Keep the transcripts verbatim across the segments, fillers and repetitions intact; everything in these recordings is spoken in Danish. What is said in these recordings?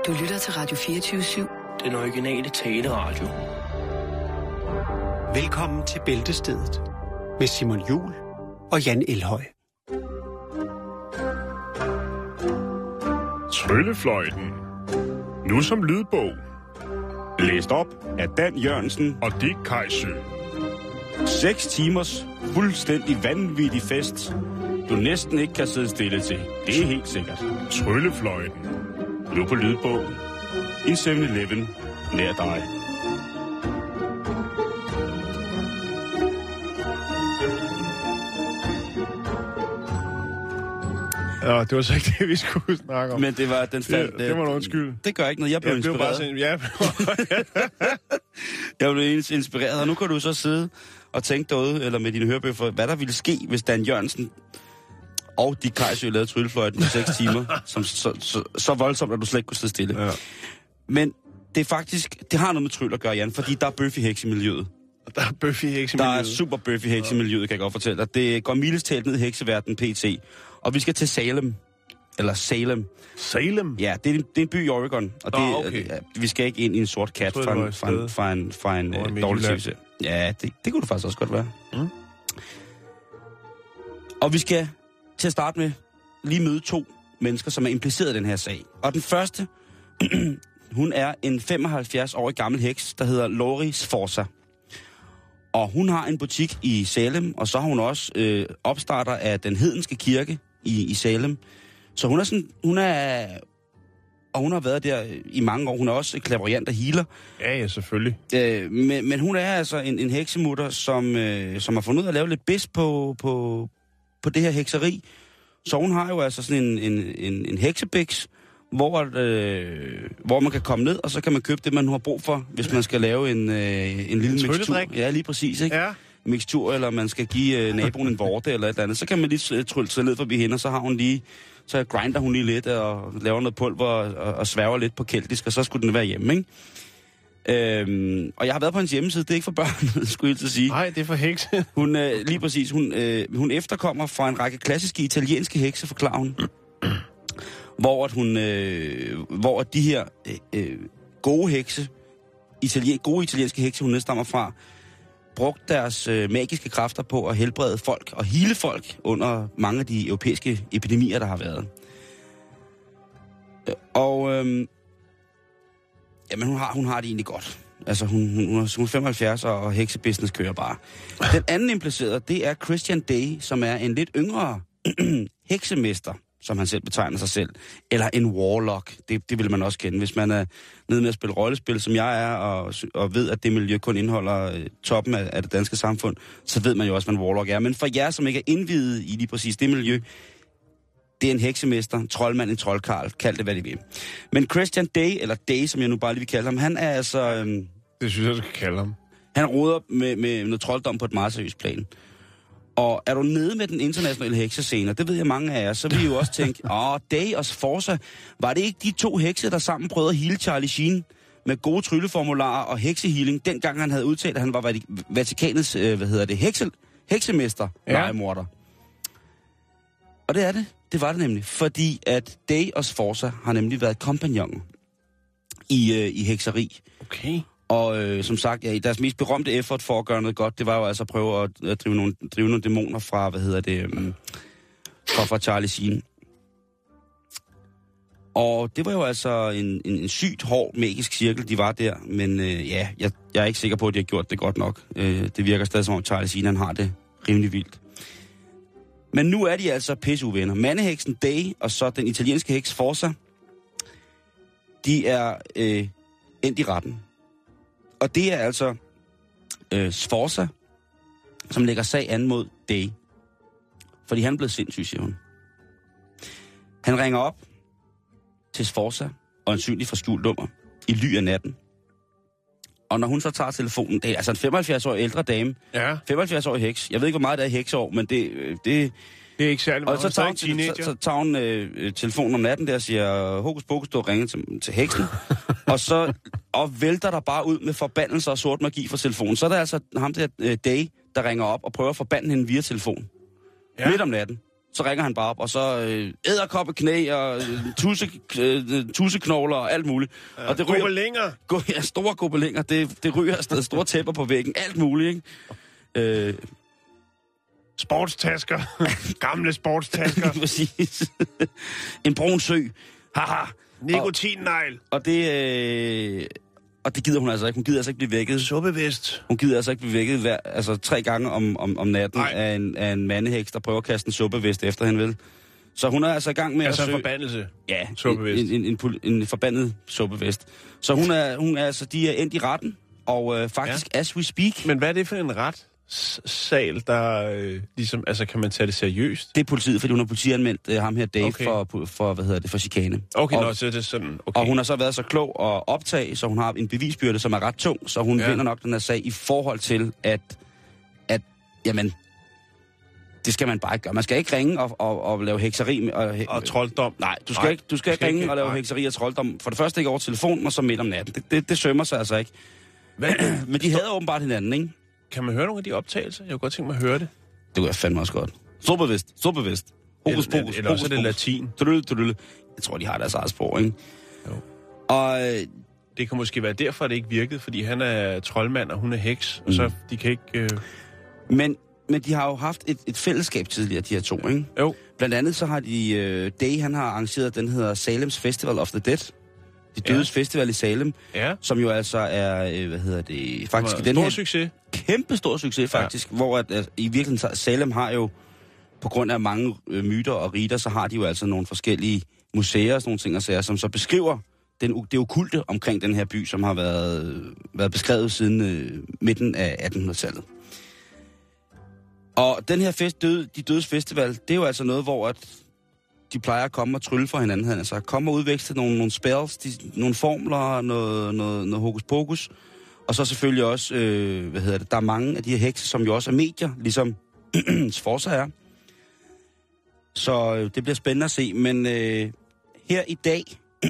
Du lytter til Radio fireogtyve syv. Den originale taleradio. Velkommen til Bæltestedet med Simon Juhl og Jan Elhøj. Tryllefløjten. Nu som lydbog. Læst op af Dan Jørgensen og Dick Kajsø. Seks timers fuldstændig vanvittig fest, du næsten ikke kan sidde stille til. Det er helt sikkert. Tryllefløjten. Nu på lydbog. En syv elleve nær dig. Ja, det var så ikke det, vi skulle snakke om. Men det var den fald... Det, det var noget skyld. Det gør ikke noget. Jeg blev, jeg blev inspireret. Bare sådan, ja. Jeg blev inspireret, og nu kan du så sidde og tænke derude, eller med dine hørebøffer, hvad der ville ske, hvis Dan Jørgensen og Dick Kajsø lavede tryllefløjten på seks timer, som så, så, så voldsomt, at du slet ikke kunne sidde stille. Ja. Men det er faktisk... Det har noget med tryll at gøre, Jan, fordi der er bøf i heks i miljøet. Der er bøf i heks i Der miljøet. er super bøf i heks i miljøet, kan jeg godt fortælle dig. Det går mildest talt ned i hekseverdenen P T. Og vi skal til Salem. Eller Salem. Salem? Ja, det er, en, det er en by i Oregon. Og det, oh, okay. uh, vi skal ikke ind i en sort kat fra en, fra en, fra en, fra en uh, dårlig T V. Ja, det, det kunne det faktisk også godt være. Mm. Og vi skal til at starte med lige møde to mennesker, som er impliceret i den her sag. Og den første, hun er en femoghalvfjerds-årig gammel heks, der hedder Lori Sforza. Og hun har en butik i Salem, og så har hun også øh, opstarter af den hedenske kirke i, i Salem. Så hun er sådan, hun er, og hun har været der i mange år. Hun er også klaverjant og healer. Ja, ja, selvfølgelig. Øh, men, men hun er altså en, en heksemutter, som, øh, som har fundet ud af at lave lidt bedst på, på, på det her hekseri. Så hun har jo altså sådan en, en, en, en heksebiks, hvor, øh, hvor man kan komme ned, og så kan man købe det, man har brug for, hvis man skal lave en, øh, en lille en mixtur. Ja, lige præcis, ikke? Ja. Mixtur, eller man skal give øh, naboen en vorte eller et eller andet. Så kan man lige øh, trylle sig ned forbi hende, og så har hun lige, så grinder hun lige lidt, og laver noget pulver, og, og sværger lidt på keltisk, og så skulle den være hjemme, ikke? Øhm, og jeg har været på hendes hjemmeside, det er ikke for børn, skulle jeg til at sige. Nej, det er for hekse. Hun, øh, lige præcis, hun, øh, hun efterkommer fra en række klassiske italienske hekse, forklarer hun. Hvor, at hun, øh, hvor at de her øh, gode hekse, italien, gode italienske hekse, hun nedstammer fra, brugte deres øh, magiske kræfter på at helbrede folk og hele folk under mange af de europæiske epidemier, der har været. Og øh, jamen, hun har, hun har det egentlig godt. Altså, hun, hun, hun er femoghalvfjerds, og heksebusiness kører bare. Den anden implicerede, det er Christian Day, som er en lidt yngre heksemester, som han selv betegner sig selv, eller en warlock. Det, det vil man også kende, hvis man er nede med at spille rollespil, som jeg er, og, og ved, at det miljø kun indeholder øh, toppen af, af det danske samfund, så ved man jo også, hvad en warlock er. Men for jer, som ikke er indvidet i lige præcis det miljø, det er en heksemester, en troldmand, en troldkarl, kald det, hvad de vil. Men Christian Day, eller Day, som jeg nu bare lige vil kalde ham, han er altså... Øhm, det synes jeg, du skal kalde ham. Han roder med, med noget trolddom på et meget seriøst plan. Og er du nede med den internationale heksescene, det ved jeg mange af jer, så vil I jo også tænke, åh, Day og Sforza, var det ikke de to hekse, der sammen prøvede at heale Charlie Sheen med gode trylleformularer og heksehealing, dengang han havde udtalt, at han var Vatikanets, øh, hvad hedder det, hekse, heksemester, ja. Legemorder. Og det er det. Det var det nemlig. Fordi at Day og Sforza har nemlig været kompagnoner i, øh, i hekseri. Okay. Og øh, som sagt, ja, deres mest berømte effort for at gøre noget godt, det var jo altså at prøve at, at drive, nogle, drive nogle dæmoner fra, hvad hedder det, um, fra, fra Charlie Sheen. Og det var jo altså en, en, en sygt hård magisk cirkel, de var der. Men øh, ja, jeg, jeg er ikke sikker på, at de har gjort det godt nok. Øh, det virker stadig som om Charlie Sheen, han har det rimelig vildt. Men nu er de altså pisseuvenner. Mandeheksen Day og så den italienske heks Sforza, de er øh, endt i retten. Og det er altså øh, Sforza, som lægger sag an mod Day. Fordi han er blevet sindssyg, siger hun. Han ringer op til Sforza, og ansynligt fra skjult nummer, i ly af natten. Og når hun så tager telefonen, det er altså en femoghalvfjerds-årig ældre dame, ja. femoghalvfjerds-årig heks. Jeg ved ikke, hvor meget det er i hekseår, men det... det det er ikke særlig meget. Og så tager hun, så, så tager hun øh, telefonen om natten der og siger, hokus pokus, du ringer til, til heksen. og så og vælter der bare ud med forbandelser og sort magi fra telefonen. Så er der altså ham der øh, Day, der ringer op og prøver at forbande hende via telefon. Ja. Midt om natten. Så ringer han bare op, og så øh, æderkoppe knæ og øh, tusse, øh, tusseknogler og alt muligt. Ja, og det ryger, gobelinger. Go, ja, store gobelinger. Det, det ryger afsted. Store tæpper på væggen. Alt muligt, ikke? Øh, Sportstasker. Gamle sportstasker. Præcis. En brun sø. Haha. Nikotinnegl. Og det, øh, og det gider hun altså ikke. Hun gider altså ikke blive vækket. Så bevidst. Hun gider altså ikke blive vækket hver, altså tre gange om, om, om natten af en, af en mandeheks, der prøver at kaste en suppevest efter hende, vel? Så hun er altså i gang med altså at søge... Altså en forbandelse. Ja, suppevest. En, en, en, en, en forbandet suppevest. Så hun er, hun er altså, de er endt i retten, og øh, faktisk, ja. as we speak... Men hvad er det for en ret? Sal, der øh, ligesom, altså kan man tage det seriøst? Det er politiet, fordi hun har politianmeldt øh, ham her Dave okay. for, for, hvad hedder det, for chikane. Okay, og, nå, så er det sådan, okay. Og hun har så været så klog at optage, så hun har en bevisbyrde, som er ret tung, så hun ja. vinder nok den her sag i forhold til, at, at jamen, det skal man bare ikke gøre. Man skal ikke ringe og, og, og lave hekseri. Og, he, og trolddom. Nej, du skal nej, ikke, du skal ikke ringe ikke, og lave nej. hekseri og trolddom. For det første ikke over telefonen, og så midt om natten. Det, det, det sømmer sig altså ikke. Men de havde åbenbart hinanden, ikke? Kan man høre nogle af de optagelser? Jeg kunne godt tænke mig at høre det. Det kunne jeg fandme også godt. Så bevidst, så bevidst. Hokus pokus, eller, eller også er det latin. Tudulle, tudulle. Jeg tror, de har deres eget sprog, ikke? Jo. Og det kan måske være derfor, det ikke virkede, fordi han er troldmand, og hun er heks, mm. og så de kan ikke... Øh... Men, men de har jo haft et, et fællesskab tidligere, de her to, ikke? Jo. Blandt andet så har de... Øh, Day, han har arrangeret, den hedder Salems Festival of the Dead. De dødes ja. festival i Salem, ja. som jo altså er, øh, hvad hedder det, faktisk det den stor her... succes. Kæmpe stor succes, faktisk. Ja. Hvor at, at, i virkeligheden, Salem har jo, på grund af mange øh, myter og riter, så har de jo altså nogle forskellige museer og sådan nogle ting og sager, som så beskriver den, det okulte omkring den her by, som har været, været beskrevet siden øh, midten af attenhundredetallet. Og den her fest, død, de dødes festival, det er jo altså noget, hvor at de plejer at komme og trylle for hinanden. Altså komme og udveksle nogle, nogle spells, de, nogle formler, noget, noget, noget hokus pokus. Og så selvfølgelig også, øh, hvad hedder det, der er mange af de her hekse, som jo også er medier, ligesom Sforza er. Så øh, det bliver spændende at se. Men øh, her i dag,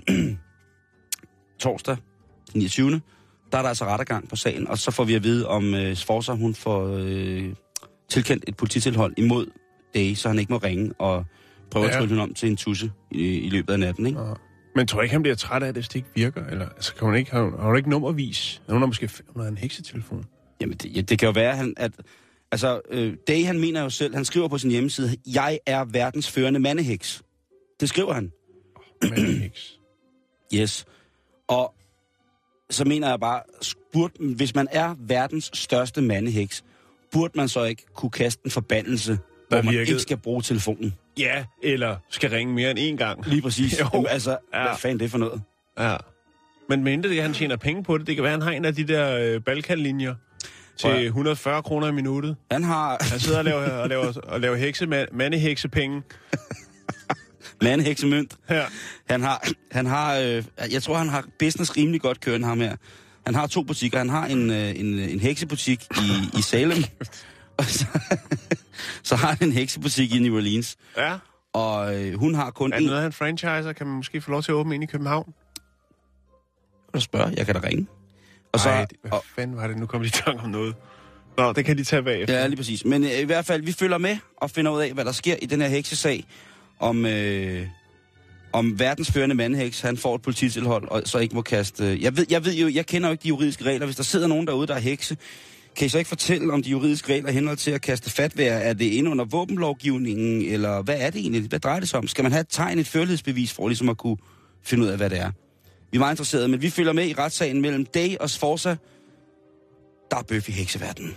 torsdag den niogtyvende, der er der altså rettergang på sagen. Og så får vi at vide, om øh, Sforza, hun får øh, tilkendt et polititilhold imod Day, så han ikke må ringe og prøve ja. at trylle hende om til en tusse i, i løbet af natten, ikke? Ja. Men tror ikke, han bliver træt af det, hvis det ikke virker? Eller, altså, kan hun ikke, har, hun, har hun ikke nummervis? Hun har måske hun har en heksetelefon. Jamen, det, ja, det kan jo være, han, at... Altså, øh, Day, han mener jo selv, han skriver på sin hjemmeside, jeg er verdens førende mandeheks. Det skriver han. Oh, mandeheks. Yes. Og så mener jeg bare, burde, hvis man er verdens største mandeheks, burde man så ikke kunne kaste en forbandelse, hvor man ikke skal bruge telefonen? Ja, eller skal ringe mere end én gang. Lige præcis. Jamen, altså, ja. Hvad fanden det er for noget? Ja. Men mindre det, han tjener penge på det, det kan være, han har en af de der øh, Balkan-linjer til et hundrede og fyrre kroner i minuttet. Han har... Han sidder og laver, og laver, og laver hekse, mandeheksepenge. Mandeheksemønt. Ja. Han har... Han har øh, jeg tror, han har business rimelig godt kørende, ham her. Han har to butikker. Han har en, øh, en, en heksebutik i, i Salem. Og så, så har han en heksebutik i New Orleans. Ja. Og øh, hun har kun er en... Er noget af en franchiser? Kan man måske få lov til at åbne ind i København? Kan du spørge? Jeg kan da ringe. Og så, Ej, hvad og, fanden var det? Nu kommer de i tanke om noget. Nå, det kan de tage bagefter. Ja, lige præcis. Men øh, i hvert fald, vi følger med og finder ud af, hvad der sker i den her heksesag. Om, øh, om verdensførende mandeheks, han får et polititilhold, og så ikke må kaste... Jeg ved, jeg ved jo, jeg kender jo ikke de juridiske regler. Hvis der sidder nogen derude, der er hekse, kan I så ikke fortælle om de juridiske regler henhold til at kaste fatvær? Er det inde under våbenlovgivningen, eller hvad er det egentlig? Hvad drejer det sig om? Skal man have et tegn, et førlighedsbevis for ligesom at kunne finde ud af, hvad det er? Vi er meget interesserede, men vi følger med i retssagen mellem Day og Sforza. Der er bøf i hekseverdenen.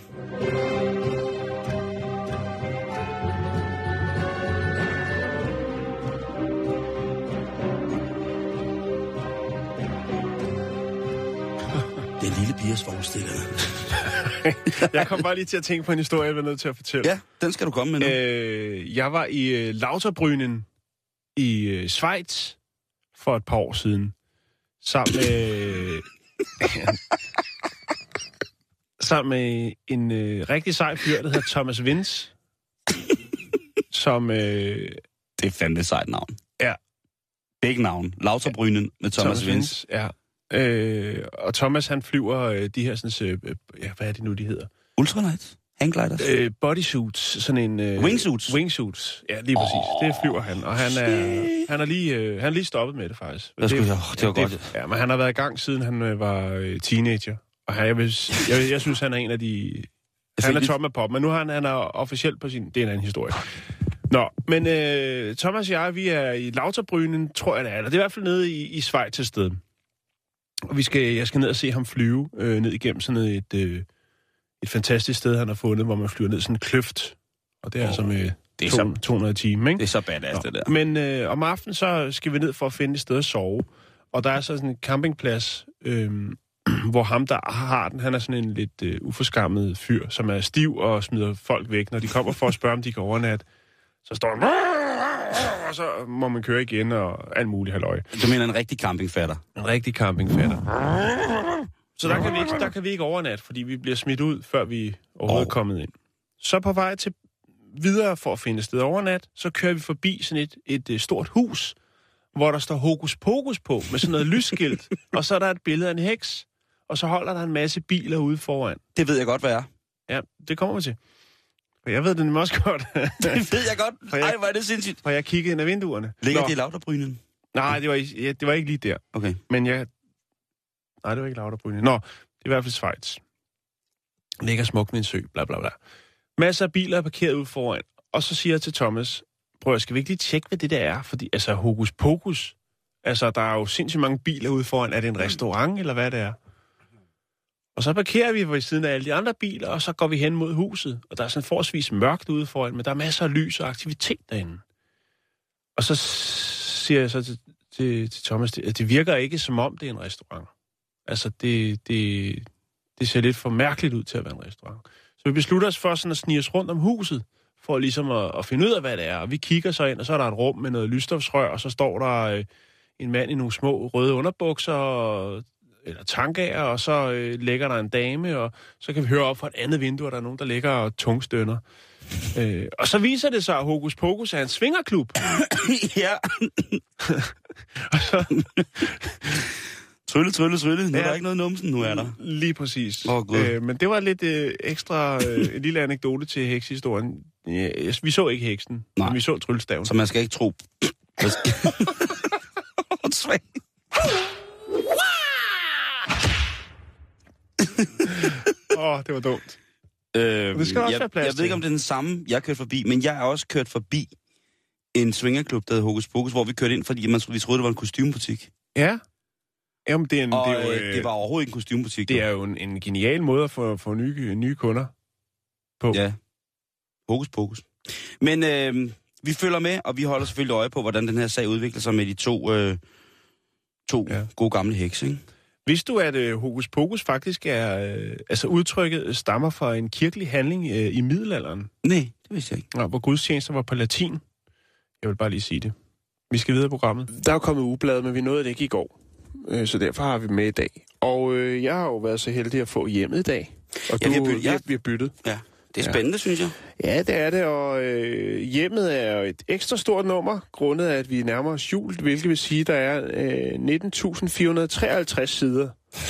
Det er lille pigers forestillinger. Jeg kom bare lige til at tænke på en historie, jeg var nødt til at fortælle. Ja, den skal du komme med nu. Øh, jeg var i uh, Lauterbrunnen i uh, Schweiz for et par år siden. Sammen med... sammen med en uh, rigtig sej fyr, der hedder Thomas Vince. Som... Uh, det er fandme et sejt navn. Ja. Begge navn. Lauterbrunnen med Thomas, Thomas Vince. Ja. Øh, og Thomas, han flyver øh, de her sådan... Øh, ja, hvad er det nu, de hedder? Ultralight? Hanggliders? Øh, bodysuits, sådan en... Øh, wingsuits? Wingsuits, ja, lige præcis. Oh, det flyver han, og han er, han er, lige, øh, han er lige stoppet med det, faktisk. Det, det, det var ja, godt. Det, ja, men han har været i gang, siden han øh, var øh, teenager. Og han, jeg, vil, jeg, jeg synes, han er en af de... Han er tom af pop, men nu har han, han er officielt på sin... Det er en anden historie. Nå, men øh, Thomas og jeg, vi er i Lauterbrunnen, tror jeg det er. Eller det er i hvert fald nede i, i Schweiz til sted. Og vi skal, jeg skal ned og se ham flyve øh, ned igennem sådan et, øh, et fantastisk sted, han har fundet, hvor man flyver ned sådan en kløft. Og det er oh, altså med det er to, så, to hundrede timer, ikke? Det er så badass, det der. Men øh, om aftenen, så skal vi ned for at finde et sted at sove. Og der er så sådan en campingplads, øh, hvor ham, der har den, han er sådan en lidt øh, uforskammet fyr, som er stiv og smider folk væk. Når de kommer for at spørge, om de kan overnatte, så står han... Og så må man køre igen og alt muligt halløj. Du mener en rigtig campingfatter? En rigtig campingfatter. Så der kan, vi ikke, der kan vi ikke overnatte, fordi vi bliver smidt ud, før vi overhovedet er kommet ind. Så på vej til videre for at finde et sted overnat, så kører vi forbi sådan et, et, et stort hus, hvor der står hokus pokus på, med sådan noget lysskilt, og så er der et billede af en heks, og så holder der en masse biler ude foran. Det ved jeg godt, hvad er. Ja, det kommer vi til. For jeg ved det nemlig også godt. Det ved jeg godt. For jeg, Ej, hvor er det sindssygt. For jeg kiggede ind ad vinduerne. Ligger Nå. de i Lauterbrunnen? Nej, det var, ja, det var ikke lige der. Okay. Men jeg... Nej, det var ikke Lauterbrunnen. Nå, det er i hvert fald Schweiz. Ligger smukt med en sø, bla bla bla. Masser af biler er parkeret ude foran. Og så siger jeg til Thomas, prøv, skal vi ikke lige tjekke, hvad det der er? Fordi, altså, hokus pokus. Altså, der er jo sindssygt mange biler ude foran. Er det en restaurant, eller hvad det er? Og så parkerer vi ved siden af alle de andre biler, og så går vi hen mod huset. Og der er sådan forholdsvis mørkt ude foran, men der er masser af lys og aktivitet derinde. Og så siger jeg så til, til, til Thomas, at det virker ikke som om, det er en restaurant. Altså, det, det, det ser lidt for mærkeligt ud til at være en restaurant. Så vi beslutter os for sådan at snige os rundt om huset, for ligesom at, at finde ud af, hvad det er. Og vi kigger så ind, og så er der et rum med noget lysstofsrør, og så står der øh, en mand i nogle små røde underbukser, og, eller tangager, og så øh, ligger der en dame, og så kan vi høre op fra et andet vindue, og der er nogen, der ligger og tungstønner. Øh, og så viser det sig, at Hokus Pokus er en svingerklub. Ja. Og så... Trylle, trylle, trylle. Nu ja. Er der ikke noget numsen, nu er der. Lige præcis. Åh, Gud. Øh, men det var lidt øh, ekstra, øh, en lille anekdote til hekshistorien. Ja, vi så ikke heksen, Nej. Men vi så tryllestaven. Så man skal ikke tro... Åh, oh, det var dumt. Øhm, det skal også jeg, være plads Jeg ved ikke, om det er den samme, jeg kørte forbi, men jeg er også kørt forbi en swingerklub, der hed Hokus Pokus, hvor vi kørte ind, fordi man, vi troede, det var en kostymebutik. Ja. Jamen, det, er en, og, det, er jo, øh, det var overhovedet ikke en kostymebutik. Det er jo en, en genial måde at få, få nye, nye kunder på. Ja. Hokus Pokus. Men øh, vi følger med, og vi holder selvfølgelig øje på, hvordan den her sag udvikler sig med de to, øh, to ja. gode gamle hekse, ikke? Vidste du, at øh, Hokus Pokus faktisk er... Øh, altså udtrykket stammer fra en kirkelig handling øh, i middelalderen? Nej, det vidste jeg ikke. Ja, hvor gudstjenester var på latin. Jeg vil bare lige sige det. Vi skal videre i programmet. Der er jo kommet ugeblad, men vi nåede det ikke i går. Øh, så derfor har vi med i dag. Og øh, jeg har jo været så heldig at få hjemmet i dag. Og ja, du, vi, har byttet, ja. vi har byttet. Ja, det er spændende, ja. Synes jeg. Ja, det er det, og øh, hjemmet er jo et ekstra stort nummer, grundet af, at vi nærmer os jul, hvilket vil sige, at der er øh, nitten tusind fire hundrede treoghalvtreds sider.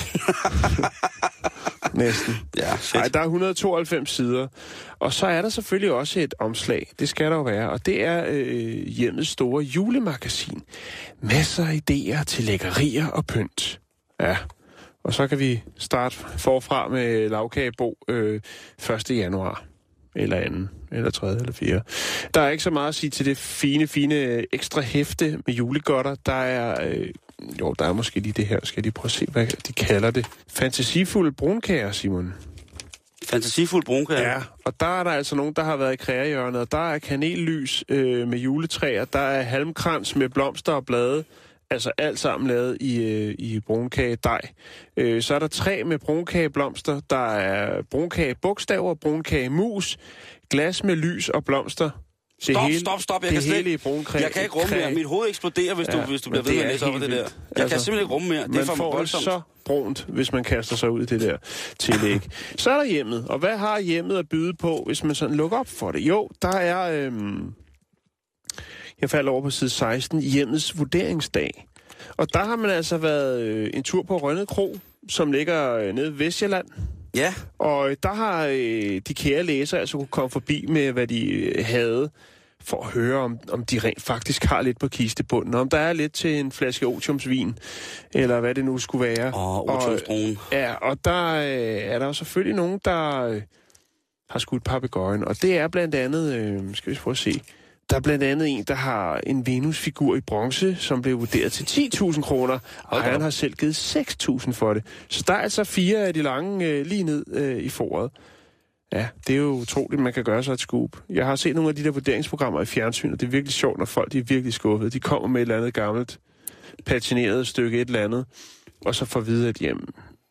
Næsten. Ja, Nej, der er et hundrede og tooghalvfems sider. Og så er der selvfølgelig også et omslag. Det skal der jo være. Og det er øh, hjemmets store julemagasin. Masser af idéer til lækkerier og pynt. Ja. Og så kan vi starte forfra med lavkagebo øh, første januar. Eller anden, eller tredje, eller fjerde. Der er ikke så meget at sige til det fine, fine ekstra hæfte med julegodter. Der er... Øh, Jo, der er måske lige det her. Skal de prøve at se, hvad de kalder det? Fantasifulde brunkager, Simon. Fantasifulde brunkager? Ja, og der er der altså nogen, der har været i kreahjørnet, og der er kanellys øh, med juletræer, der er halmkrans med blomster og blade, altså alt sammen lavet i, øh, i brunkagedej. Øh, så er der træ med brunkageblomster, der er brunkagebogstaver, brunkagemus, glas med lys og blomster. Stop, hele, stop, stop. Jeg kan, slet, jeg kan ikke rumme mere. Mit hoved eksploderer, hvis, ja, du, hvis du bliver ved med at læse op af det der. Jeg altså, kan simpelthen ikke rumme mere. Det er for voldsomt. Man får så brunt, hvis man kaster sig ud i det der tillæg. Så er der hjemmet. Og hvad har hjemmet at byde på, hvis man sådan lukker op for det? Jo, der er... Øhm, jeg falder over på side seksten. Hjemmets vurderingsdag. Og der har man altså været øh, en tur på Rønnet Kro, som ligger øh, nede i Vestjylland. Ja. Og der har øh, de kære læsere altså kunne komme forbi med, hvad de øh, havde, for at høre, om, om de rent faktisk har lidt på kistebunden. Om der er lidt til en flaske otiumsvin, eller hvad det nu skulle være. Og otiumsdronen. Ja, og der øh, er der jo selvfølgelig nogen, der øh, har skudt papegøjen. Og det er blandt andet, øh, skal vi prøve at se, der er blandt andet en, der har en Venus-figur i bronze, som blev vurderet til ti tusind kroner, og han har selv givet seks tusind for det. Så der er altså fire af de lange øh, lige ned øh, i foret. Ja, det er jo utroligt, man kan gøre sig et scoop. Jeg har set nogle af de der vurderingsprogrammer i fjernsynet, og det er virkelig sjovt, når folk de er virkelig skuffede. De kommer med et eller andet gammelt, patineret stykke et eller andet, og så får at vide, at jamen,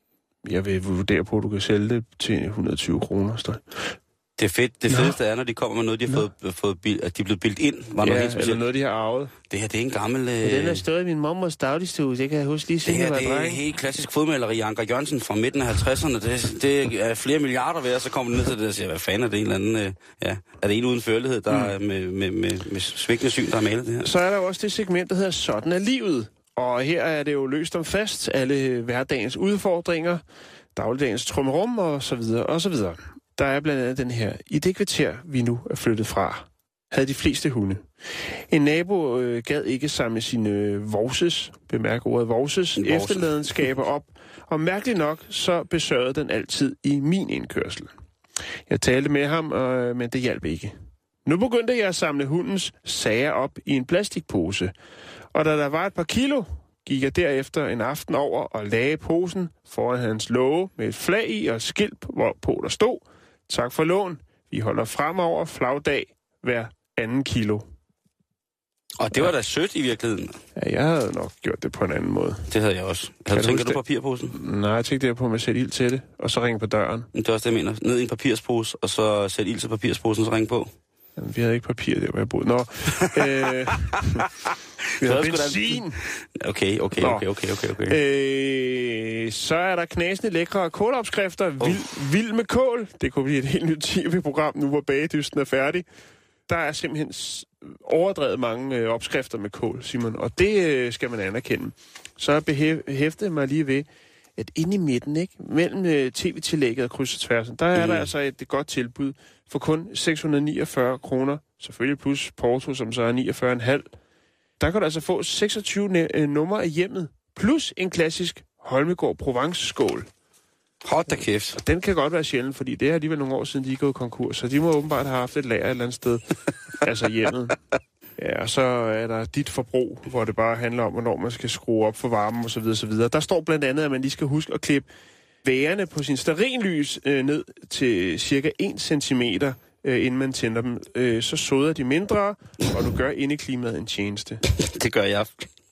jeg vil vurdere på, at du kan sælge det til et hundrede og tyve kroner. Så. Det er fedt. Det fedeste er, når de kommer med noget, de har Nå. fået, fået bil, at de er blevet bildt ind. Var noget ja, helt specielt. eller noget, de har arvet. Det her, det er en gammel... Øh... Ja, den er stået i min mormors dagligstue, det kan jeg huske lige siden jeg var dreng. Det her, det er helt klassisk fodmaleri. Anker Jørgensen fra midten af halvtredserne. Det, det er flere milliarder værd, så kommer det ned til det og siger, hvad fanden er det en eller anden... Øh, ja, er det en uden førlighed, der mm. med, med, med, med svigtende syn, der har malet det her? Så er der også det segment, der hedder Sådan er livet. Og her er det jo løst om fast. Alle hverdagens udfordringer, dagligdagens trummerum og så videre og så videre. Der er blandt andet den her. I det kvarter, vi nu er flyttet fra, havde de fleste hunde. En nabo øh, gad ikke samle sine øh, vorses, bemærk ordet vorses, efterladenskaber op, og mærkeligt nok, så besørgede den altid i min indkørsel. Jeg talte med ham, øh, men det hjalp ikke. Nu begyndte jeg at samle hundens sager op i en plastikpose, og da der var et par kilo, gik jeg derefter en aften over og lagde posen foran hans låge med et flag i og skilt, hvorpå der stod: tak for lån. Vi holder fremover flagdag hver anden kilo. Og det var da sødt i virkeligheden. Ja, jeg havde nok gjort det på en anden måde. Det havde jeg også. Havde du tænkt du papirposen? Nej, jeg tænkte det på at sætte ild til det, og så ringe på døren. Det er også det, jeg mener. Ned i en papirspose, og så sætte ild til papirsposen, så ringe på. Jamen, vi havde ikke papir der, hvor jeg boede. Nå. øh, vi havde benzin. Okay, okay, okay, okay, okay, okay. Øh, så er der knasende lækre kålopskrifter. Oh. Vild, vild med kål. Det kunne blive et helt nyt T V-program, nu hvor bagedysten er færdig. Der er simpelthen overdrevet mange øh, opskrifter med kål, Simon, og det øh, skal man anerkende. Så behæftede mig lige ved, at inde i midten, ikke, mellem øh, T V-tillægget og kryds og tværsen, der er mm. der altså et, et godt tilbud for kun seks hundrede niogfyrre kroner, selvfølgelig plus porto, som så er niogfyrre komma fem. Der kan du altså få seksogtyve øh, numre af hjemmet, plus en klassisk Holmegaard Provence-skål. Hold da kæft. Og den kan godt være sjældent, fordi det er alligevel nogle år siden, de er gået konkurs, så de må åbenbart have haft et lager et eller andet sted, altså hjemmet. Ja, og så er der dit forbrug, hvor det bare handler om, hvornår man skal skrue op for varmen osv. osv. Der står blandt andet, at man lige skal huske at klippe vægerne på sin stearinlys øh, ned til cirka en centimeter, øh, inden man tænder dem. Øh, så soder de mindre, og du gør indeklimaet en tjeneste. Det gør jeg.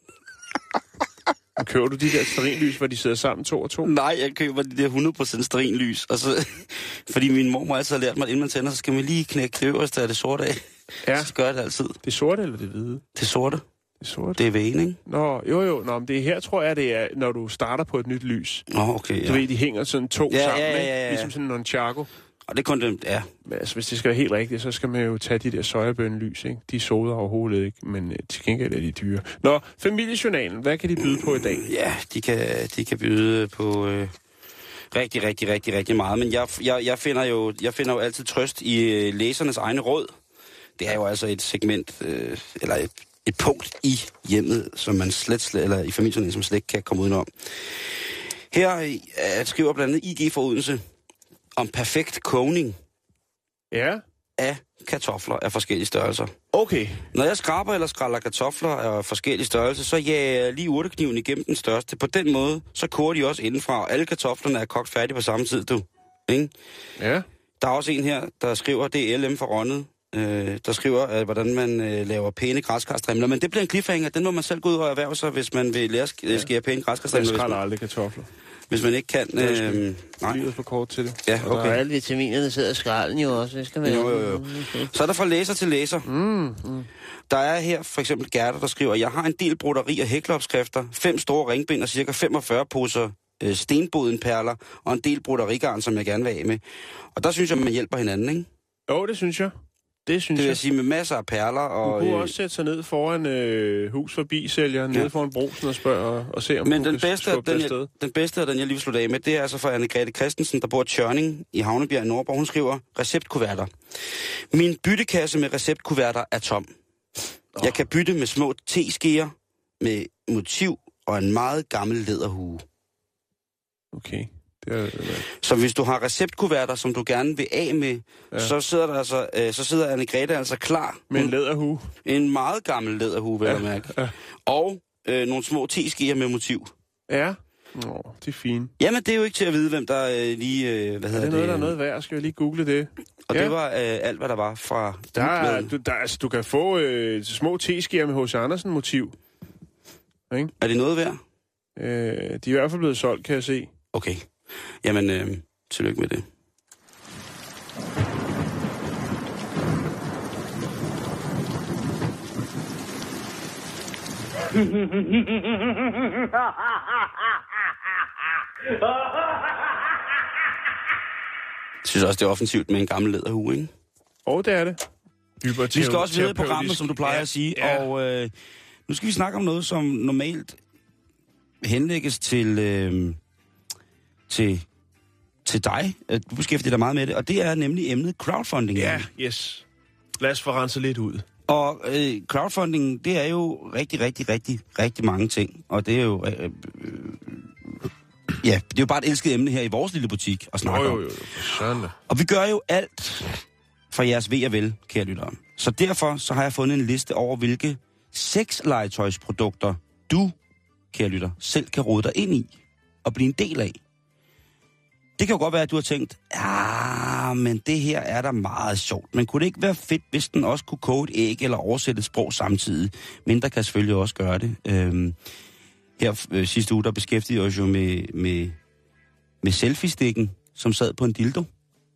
Og køber du de der stearinlys, hvor de sidder sammen to og to? Nej, jeg køber de der hundrede procent stearinlys. Og så, fordi min mor altid har lært mig, at inden man tænder, så skal man lige knække det øverste af det sorte af. Ja. Så gør jeg det altid. Det sorte eller det hvide? Det sorte. Det sorte? Det er vægen, ikke? Nå, jo jo. Nå, men det her tror jeg, det er, når du starter på et nyt lys. Nå, okay, ja. Du ved, de hænger sådan to ja, sammen, ja, ja, ja, ja. Ligesom sådan en nunchaku. Og det er kun det, ja. Men altså, hvis det skal være helt rigtigt, så skal man jo tage de der sojabønnelys, ikke? De soder overhovedet ikke, men uh, til gengæld er de dyre. Nå, familiejournalen, hvad kan de byde på i dag? Ja, de kan, de kan byde på øh, rigtig, rigtig, rigtig, rigtig meget. Men jeg, jeg, jeg, finder jo, jeg finder jo altid trøst i øh, læsernes egne råd. Det er jo altså et segment, øh, eller et, et punkt i hjemmet, som man slet, slet eller i familiejournalen, som slet ikke kan komme udenom. Her øh, skriver blandt andet I G for Odense om perfekt kogning ja. af kartofler af forskellige størrelser. Okay. Når jeg skraber eller skræller kartofler af forskellige størrelser, så jager jeg lige urtekniven igennem den største. På den måde, så koger de også indenfra, og alle kartoflerne er kogt færdige på samme tid, du. Ikke? Ja. Der er også en her, der skriver, det er L M for Rønnet, øh, der skriver, at, hvordan man øh, laver pæne græskarstrimler. Men det bliver en cliffhanger, den må man selv gå ud og erhverve sig, hvis man vil lære at sk- ja. skære pæne græskarstrimler. Jeg skræller aldrig kartofler. Hvis man ikke kan... Øh, nej. Livet for kort til det. Ja, okay. Og alle vitaminerne sidder i skralden jo også. Det skal man jo, jo, jo. Så er der fra læser til læser. Mm, mm. Der er her for eksempel Gerda, der skriver, jeg har en del broderi og hækleopskrifter, fem store ringbind og cirka femogfyrre poser øh, stenbodenperler og en del broderigarn, som jeg gerne vil af med. Og der synes jeg, man hjælper hinanden, ikke? Jo, det synes jeg. Det synes Det vil jeg. jeg sige med masser af perler. Og, Du kunne øh, også sætte sig ned foran øh, hus forbi sælgeren, ja. nede foran brosen og spørge og, og se, om Men du den kan bedste, skubbe den, det jeg, afsted. den bedste, og den jeg lige vil slutte af med, det er altså fra Anne-Grethe Christensen, der bor i Tjørning i Havnebjerg i Nordborg. Hun skriver, receptkuverter. Min byttekasse med receptkuverter er tom. Oh. Jeg kan bytte med små teskeer, med motiv og en meget gammel læderhue. Okay. Det er, det er. Så hvis du har receptkuverter, som du gerne vil af med, Ja. så sidder der altså, øh, så sidder Anne-Grethe altså klar. Med en læderhue. En meget gammel læderhue, vil Ja, jeg mærke. ja. Og øh, nogle små teskeer med motiv. Ja. Nå, det er fint. Jamen, det er jo ikke til at vide, hvem der øh, lige... Øh, hvad Er hedder det noget, det? der er noget værd? Skal jeg lige google det? Og Ja. det var øh, alt, hvad der var fra... Der er, Budbladet. du, der, altså, du kan få øh, små teskeer med H C Andersen-motiv. Ikke? Er det noget værd? Øh, de er i hvert fald blevet solgt, kan jeg se. Okay. Jamen, øh, tillykke med det. Jeg synes også, det er offensivt med en gammel læderhue, ikke? Og det er det. Hyperterapeut- Vi skal også videre i programmet, terapeutisk. som du plejer ja, at sige. Ja. Og øh, nu skal vi snakke om noget, som normalt henlægges til, øh, til, til dig. Du beskæftiger dig meget med det, og det er nemlig emnet crowdfunding. Ja, yes. Lad os få renset lidt ud. Og øh, crowdfunding, det er jo rigtig, rigtig, rigtig, rigtig mange ting. Og det er jo... Øh, øh, ja, det er jo bare et elsket emne her i vores lille butik at snakke Jo, om. jo, jo. For søren da. Og vi gør jo alt for jeres ved og vel, kære lyttere. Så derfor så har jeg fundet en liste over, hvilke sexlegetøjsprodukter du, kære lytter, selv kan rode dig ind i og blive en del af. Det kan jo godt være, at du har tænkt, ja, men det her er da meget sjovt. Men kunne det ikke være fedt, hvis den også kunne koge et æg eller oversætte et sprog samtidig? Mindre kan selvfølgelig også gøre det. Øhm, her øh, sidste uge, der beskæftigede os jo med, med, med selfie-stikken, som sad på en dildo.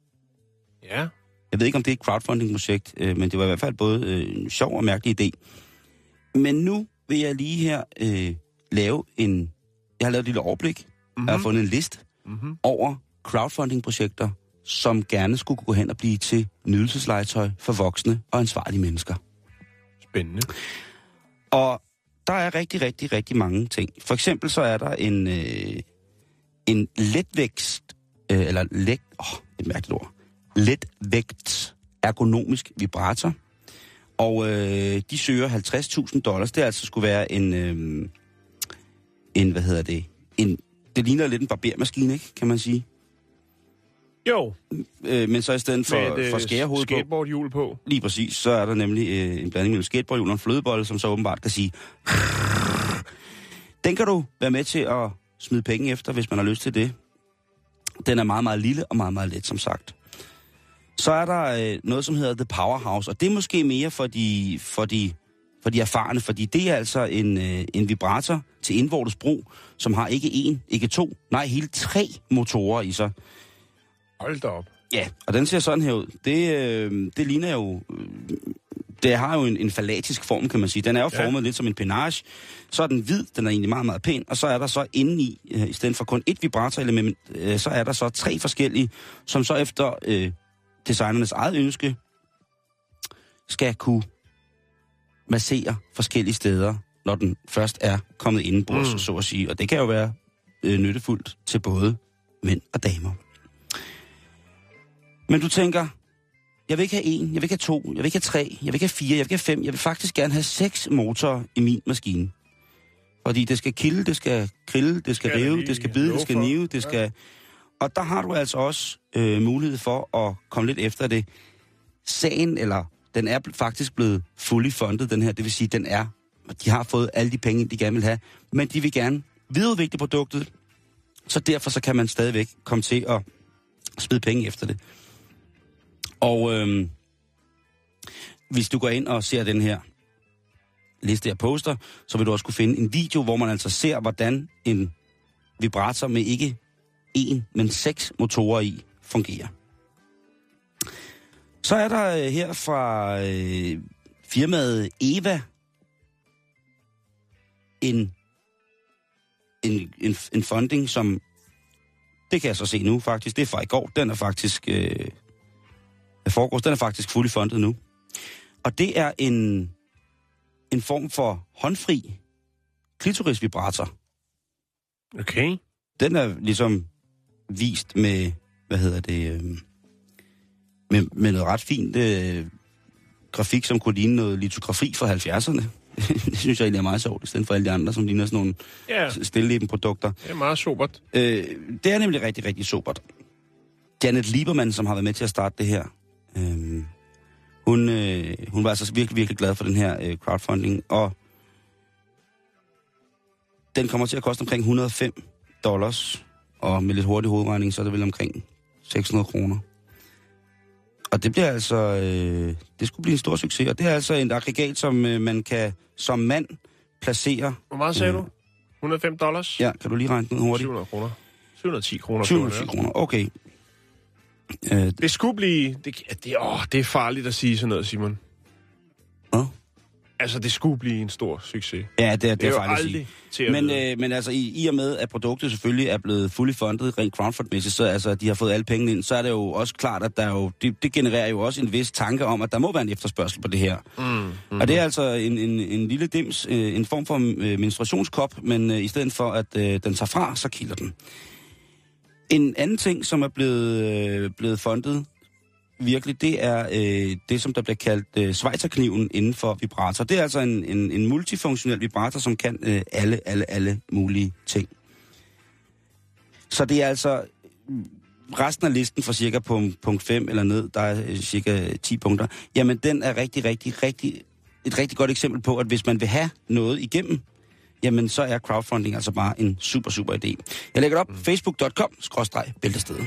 Ja. Jeg ved ikke, om det er et crowdfunding-projekt, øh, men det var i hvert fald både øh, en sjov og mærkelig idé. Men nu vil jeg lige her øh, lave en... Jeg har lavet et lille overblik. Mm-hmm. Jeg har fundet en liste Mm-hmm. over crowdfunding-projekter, som gerne skulle gå hen og blive til nydelseslegetøj for voksne og ansvarlige mennesker. Spændende. Og der er rigtig, rigtig, rigtig mange ting. For eksempel så er der en, øh, en letvækst, øh, eller let, åh, et mærkeligt ord, letvægt ergonomisk vibrator. Og øh, de søger halvtreds tusind dollars. Det altså skulle være en, øh, en, hvad hedder det, en, det ligner lidt en barbermaskine, ikke, kan man sige. Jo. Øh, men så i stedet for, Med et, for øh, skærehoved på, skateboardhjul på. lige præcis, så er der nemlig øh, en blanding mellem skateboardhjul og en flødebolle, som så åbenbart kan sige... Den kan du være med til at smide penge efter, hvis man har lyst til det. Den er meget, meget lille og meget, meget let, som sagt. Så er der øh, noget, som hedder The Powerhouse, og det er måske mere for de, for de, for de erfarne, fordi det er altså en, øh, en vibrator til indvortes brug, som har ikke en, ikke to, nej, hele tre motorer i sig. Hold da op. Ja, og den ser sådan her ud. Det, øh, det ligner jo... Øh, det har jo en, en fallatisk form, kan man sige. Den er jo Ja. formet lidt som en penage. Så er den hvid, den er egentlig meget, meget pæn. Og så er der så indeni, øh, i stedet for kun et vibratorelement, øh, så er der så tre forskellige, som så efter øh, designernes eget ønske, skal kunne massere forskellige steder, når den først er kommet indenbords, mm. så at sige. Og det kan jo være øh, nyttefuldt til både mænd og damer. Men du tænker, jeg vil ikke have en, jeg vil ikke have to, jeg vil ikke have tre, jeg vil ikke have fire, jeg vil ikke have fem. Jeg vil faktisk gerne have seks motorer i min maskine. Fordi det skal kilde, det skal grille, det skal Skal der rive, lige det skal bide, det skal love for? nive, det skal... Og der har du altså også øh, mulighed for at komme lidt efter det. Sagen, eller den er faktisk blevet fully funded, den her. Det vil sige, den er... De har fået alle de penge, de gerne vil have. Men de vil gerne videreudvikle produktet. Så derfor så kan man stadigvæk komme til at smide penge efter det. Og øhm, hvis du går ind og ser den her liste, jeg poster, så vil du også kunne finde en video, hvor man altså ser, hvordan en vibrator med ikke en, men seks motorer i fungerer. Så er der øh, her fra øh, firmaet Eva en, en, en, en funding, som det kan jeg så se nu faktisk, det er fra i går, den er faktisk... Øh, foregårs, den er faktisk fully funded nu. Og det er en, en form for håndfri klitorisvibrator. Okay. Den er ligesom vist med, hvad hedder det, øh, med, med noget ret fint øh, grafik, som kunne ligne noget litografi fra halvfjerdserne. Det synes jeg egentlig er meget sjovt, i stedet for alle de andre, som ligner sådan nogle yeah. stilleben-produkter. Det er meget sobert. Øh, det er nemlig rigtig, rigtig sobert. Janet Lieberman, som har været med til at starte det her, øh, hun, øh, hun var altså virkelig, virkelig glad for den her øh, crowdfunding, og den kommer til at koste omkring et hundrede og fem dollars, og med lidt hurtig hovedregning, så er det vel omkring seks hundrede kroner. Og det bliver altså, øh, det skulle blive en stor succes, og det er altså et aggregat, som øh, man kan som mand placere. Hvor meget sagde øh, du? et hundrede og fem dollars? Ja, kan du lige regne den hurtigt? syv hundrede kroner. syv hundrede og ti kroner. syv hundrede og ti kroner, okay. Øh, det skulle blive... Det, det, åh, det er farligt at sige sådan noget, Simon. Hvad? Altså, det skulle blive en stor succes. Ja, det er, det det er, er jo faktisk aldrig til at Men, øh, men altså, i, i og med, at produktet selvfølgelig er blevet fully funded, rent crowdfundmæssigt, så altså, de har fået alle pengene ind, så er det jo også klart, at der jo, det, det genererer jo også en vis tanke om, at der må være en efterspørgsel på det her. Mm, mm-hmm. Og det er altså en, en, en lille dims, øh, en form for øh, menstruationskop, men øh, i stedet for, at øh, den tager fra, så kilder den. En anden ting, som er blevet, øh, blevet fundet, virkelig, det er øh, det, som der bliver kaldt øh, schweizerkniven inden for vibrator. Det er altså en, en, en multifunktionel vibrator, som kan øh, alle, alle, alle mulige ting. Så det er altså resten af listen fra cirka punkt fem eller ned, der er øh, cirka ti punkter. Jamen, den er rigtig, rigtig, rigtig, et rigtig godt eksempel på, at hvis man vil have noget igennem, jamen, så er crowdfunding altså bare en super, super idé. Jeg lægger det op, mm. facebook punktum com skråstreg bæltestedet.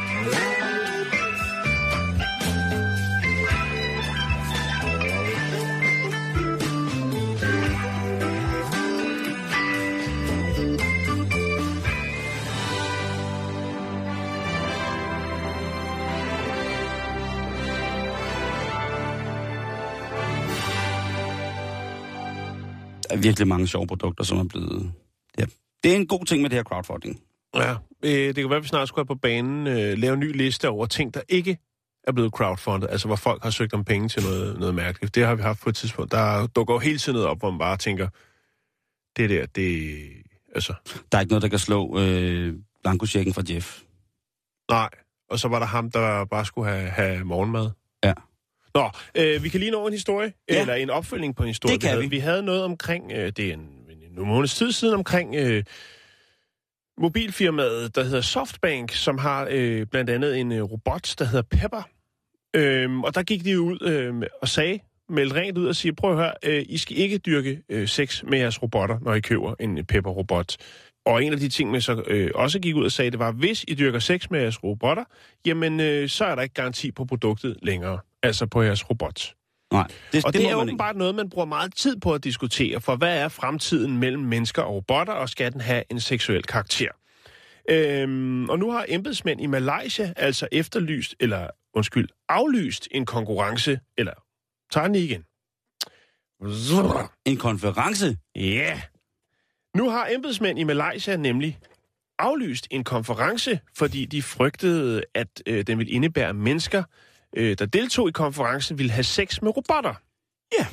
Der er virkelig mange sjove produkter, som er blevet... Ja. Det er en god ting med det her crowdfunding. Ja, øh, det kan være, at vi snart skulle have på banen øh, lave en ny liste over ting, der ikke er blevet crowdfundet. Altså, hvor folk har søgt om penge til noget, noget mærkeligt. Det har vi haft på et tidspunkt. Der dukker jo hele tiden noget op, hvor man bare tænker, det der, det... Altså... Der er ikke noget, der kan slå øh, blankochecken fra Jeff. Nej, og så var der ham, der bare skulle have, have morgenmad. Ja. Nå, øh, vi kan lige nå en historie, ja. eller en opfølgning på en historie. Det kan vi. Havde, vi. vi havde noget omkring, øh, det er en, en måneds tid siden, omkring øh, mobilfirmaet, der hedder Softbank, som har øh, blandt andet en øh, robot, der hedder Pepper. Øh, og der gik de ud øh, og sagde, meldte rent ud og siger, prøv at høre, øh, I skal ikke dyrke øh, sex med jeres robotter, når I køber en Pepper-robot. Og en af de ting, man så øh, også gik ud og sagde, det var, hvis I dyrker sex med jeres robotter, jamen øh, så er der ikke garanti på produktet længere. Altså på jeres robot. Nej, det, og det, det det er man åbenbart ikke. Noget, man bruger meget tid på at diskutere, for hvad er fremtiden mellem mennesker og robotter, og skal den have en seksuel karakter? Øhm, og nu har embedsmænd i Malaysia altså efterlyst, eller undskyld, aflyst en konkurrence, eller tager den igen. En konference? Ja. Yeah. Nu har embedsmænd i Malaysia nemlig aflyst en konference, fordi de frygtede, at øh, den ville indebære, at mennesker, øh, der deltog i konferencen, ville have sex med robotter. Ja.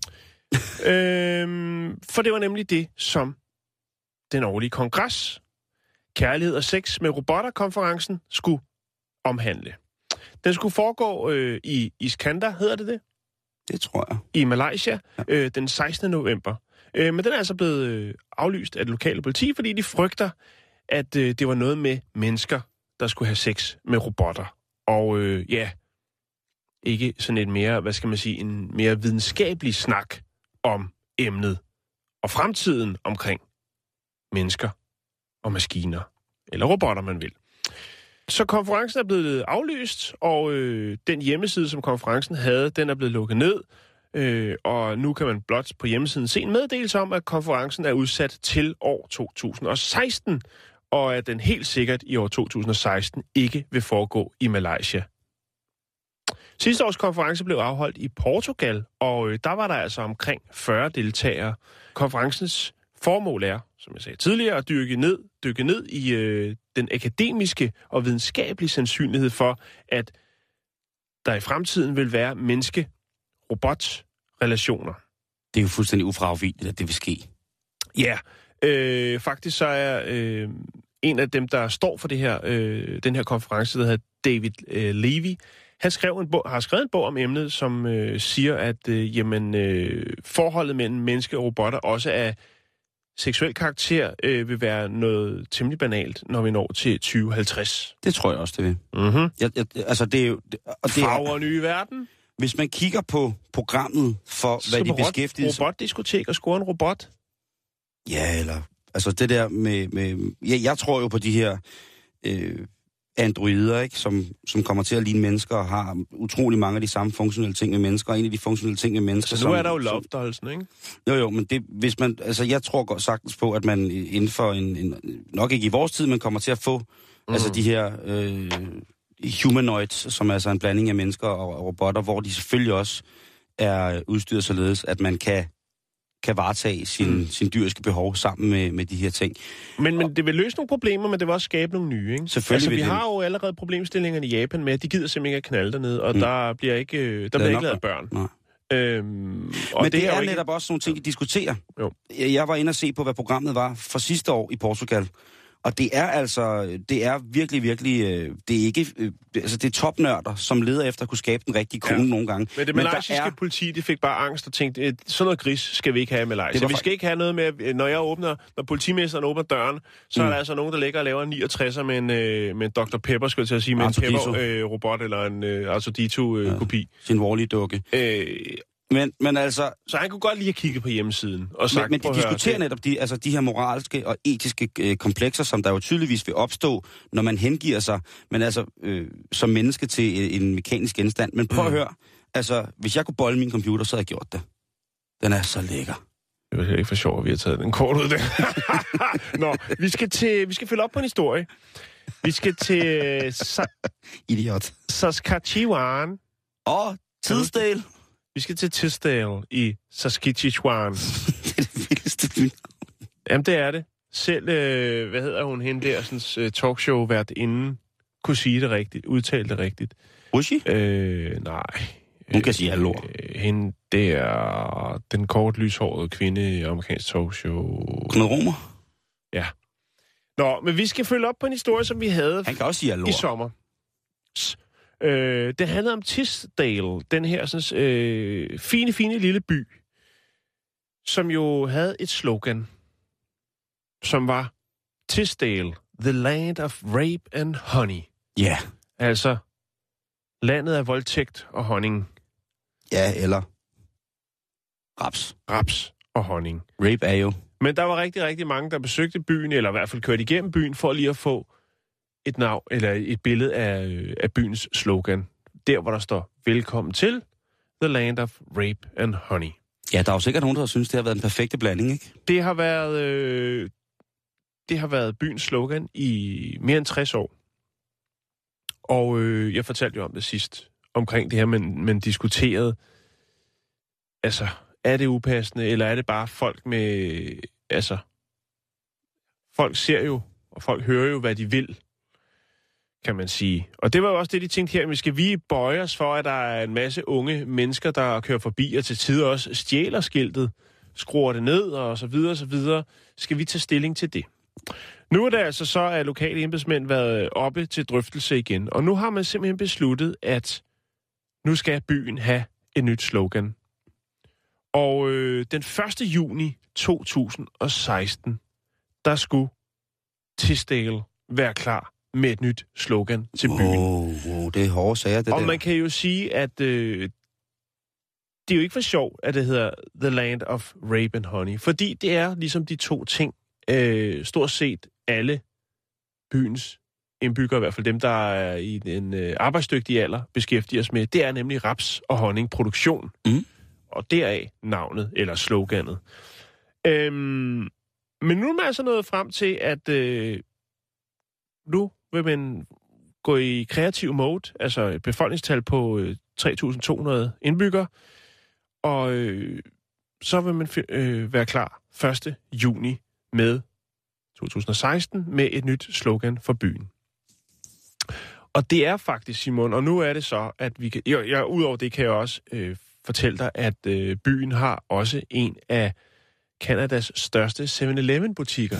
øhm, for det var nemlig det, som den årlige kongres, Kærlighed og sex med robotter-konferencen, skulle omhandle. Den skulle foregå øh, i Iskandar, hedder det det? Det tror jeg. I Malaysia, ja. øh, den sekstende november. Øh, men den er altså blevet øh, aflyst af det lokale politi, fordi de frygter, at øh, det var noget med mennesker, der skulle have sex med robotter. Og øh, ja, ikke sådan et mere, hvad skal man sige, en mere videnskabelig snak om emnet og fremtiden omkring mennesker og maskiner, eller robotter, man vil. Så konferencen er blevet aflyst, og øh, den hjemmeside, som konferencen havde, den er blevet lukket ned, øh, og nu kan man blot på hjemmesiden se en meddelelse om, at konferencen er udsat til år to tusind og seksten, og at den helt sikkert i år to tusind og seksten ikke vil foregå i Malaysia. Sidste års konference blev afholdt i Portugal, og øh, der var der altså omkring fyrre deltagere. Konferencens formål er, som jeg sagde tidligere, at dykke ned, dykke ned i øh, den akademiske og videnskabelige sandsynlighed for, at der i fremtiden vil være menneske robotrelationer. Det er jo fuldstændig ufravigeligt, at det vil ske. Ja, øh, faktisk så er øh, en af dem, der står for det her, øh, den her konference, der hedder David øh, Levy. Han skrev en bog, har skrevet en bog om emnet, som øh, siger, at øh, jamen, øh, forholdet mellem menneske og robotter også er seksuel karakter øh, vil være noget temmelig banalt, når vi når til tyve halvtreds. Det tror jeg også, det vil. Mm-hmm. Jeg, jeg, altså, det er jo... Det, og det Farver og nye verden. Hvis man kigger på programmet for, Så hvad de robot, beskæftiger sig... Robotdiskotek og score en robot? Ja, eller... Altså, det der med... med ja, jeg tror jo på de her øh, androider, ikke? Som, som kommer til at ligne mennesker og har utrolig mange af de samme funktionelle ting med mennesker. Og en af de funktionelle ting med mennesker... Så nu som, er der jo Love-Dollsen, ikke? Jo, jo, men det, hvis man... Altså, jeg tror godt sagtens på, at man inden for en, en... Nok ikke i vores tid, men kommer til at få... Mm. Altså, de her... Øh, humanoids, som er altså en blanding af mennesker og robotter, hvor de selvfølgelig også er udstyret således, at man kan, kan varetage sin, mm. sin dyriske behov sammen med, med de her ting. Men, men det vil løse nogle problemer, men det vil også skabe nogle nye, ikke? Selvfølgelig altså, vi det. har jo allerede problemstillingerne i Japan med, at de gider simpelthen ikke at knalde dernede, og mm. der bliver ikke, der bliver ikke lavet børn. Nej. Øhm, og men det, det er, er er ikke... netop også nogle ting, de diskuterer. Jo. Jeg var inde og se på, hvad programmet var for sidste år i Portugal. Og det er altså, det er virkelig, virkelig, øh, det er ikke, øh, altså det er topnørder, som leder efter at kunne skabe den rigtige kone ja. nogle gange. Men det malaysiske er... politi, de fik bare angst og tænkte, sådan noget gris skal vi ikke have i Malaysia. Vi skal ikke have noget med, når jeg åbner, når politimesteren åbner døren, så mm. er der altså nogen, der ligger og laver en niogtresser med en, øh, med en doktor Pepper, skulle jeg til at sige, med Arthur en Pepper-robot øh, eller en øh, Arthur Dito-kopi. Øh, ja, sin Wall-E-dukke. Øh, Men, men altså... Så han kunne godt lige have kigget på hjemmesiden og sagt... Men, men de diskuterer høre, netop de, altså de her moralske og etiske øh, komplekser, som der jo tydeligvis vil opstå, når man hengiver sig, men altså øh, som menneske til en mekanisk genstand. Men prøv mm. at høre, altså hvis jeg kunne bolde min computer, så havde jeg gjort det. Den er så lækker. Det var ikke for sjovt, at vi har taget den kort ud der. Nå, vi skal, til, vi skal følge op på en historie. Vi skal til... Sa- Idiot. Saskatchewan. Åh, Tisdale. Vi skal til Tisdale i Saskatchewan. Det er det vildeste by. Jamen, det er det. Selv, øh, hvad hedder hun, hende der, sådan uh, talkshow-vært inden, kunne sige det rigtigt, udtale det rigtigt. Bushi? Øh, nej. Hun kan sige alle ord. Øh, hende, det er den kort lyshårede kvinde i amerikansk talkshow. Knud Romer? Ja. Nå, men vi skal følge op på en historie, som vi havde Han kan også sige alle ord. I sommer. Øh, det handler om Tisdale, den her sådan, øh, fine, fine lille by, som jo havde et slogan, som var Tisdale, the land of rape and honey. Ja. Yeah. Altså, landet af voldtægt og honning. Ja, eller raps. Raps og honning. Rape er jo. Men der var rigtig, rigtig mange, der besøgte byen, eller i hvert fald kørte igennem byen, for lige at få et navn, eller et billede af, af byens slogan. Der, hvor der står, velkommen til the land of rape and honey. Ja, der er jo sikkert nogen, der synes, det har været en perfekte blanding, ikke? Det har været, øh, det har været byens slogan i mere end tres år. Og øh, jeg fortalte jo om det sidst, omkring det her, men, men diskuterede, altså, er det upassende, eller er det bare folk med, altså, folk ser jo, og folk hører jo, hvad de vil, kan man sige. Og det var jo også det, de tænkte her, vi skal vi bøje os for, at der er en masse unge mennesker, der kører forbi, og til tider også stjæler skiltet, skruer det ned, og så videre, og så videre. Skal vi tage stilling til det? Nu er det altså så, at lokale embedsmænd været oppe til drøftelse igen, og nu har man simpelthen besluttet, at nu skal byen have et nyt slogan. Og øh, den første juni to tusind og seksten, der skulle Tisdale være klar med et nyt slogan til byen. Oh, oh, det er hårde sager, det og der. man kan jo sige, at øh, det er jo ikke for sjov, at det hedder The Land of Rape and Honey, fordi det er ligesom de to ting, øh, stort set alle byens indbyggere, i hvert fald dem, der er i en øh, arbejdsdygtig alder, beskæftiger os med, det er nemlig raps- og honningproduktion. Mm. Og deraf navnet, eller sloganet. Øhm, men nu er man altså nået frem til, at øh, nu vil man gå i kreativ mode, altså et befolkningstal på øh, tre tusind to hundrede indbyggere, og øh, så vil man øh, være klar første juni med to tusind og seksten med et nyt slogan for byen. Og det er faktisk, Simon, og nu er det så, at vi kan... Jeg, jeg, udover det kan jeg også øh, fortælle dig, at øh, byen har også en af Canadas største seven eleven butikker.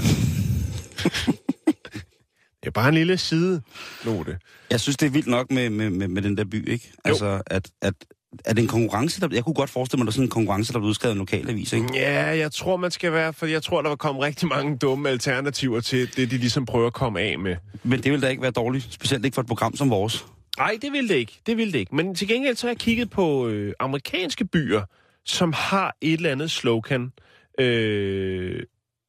Det er bare en lille sidenote. Jeg synes, det er vildt nok med, med, med, med den der by, ikke? Jo. Altså, at, at, er det en konkurrence, der... Jeg kunne godt forestille mig, at der er sådan en konkurrence, der bliver udskrevet i en lokalavis, ikke? Ja, jeg tror, man skal være... For jeg tror, der vil komme rigtig mange dumme alternativer til det, de ligesom prøver at komme af med. Men det vil da ikke være dårligt. Specielt ikke for et program som vores. Nej, det vil det ikke. Det vil det ikke. Men til gengæld så har jeg kigget på øh, amerikanske byer, som har et eller andet slogan, øh,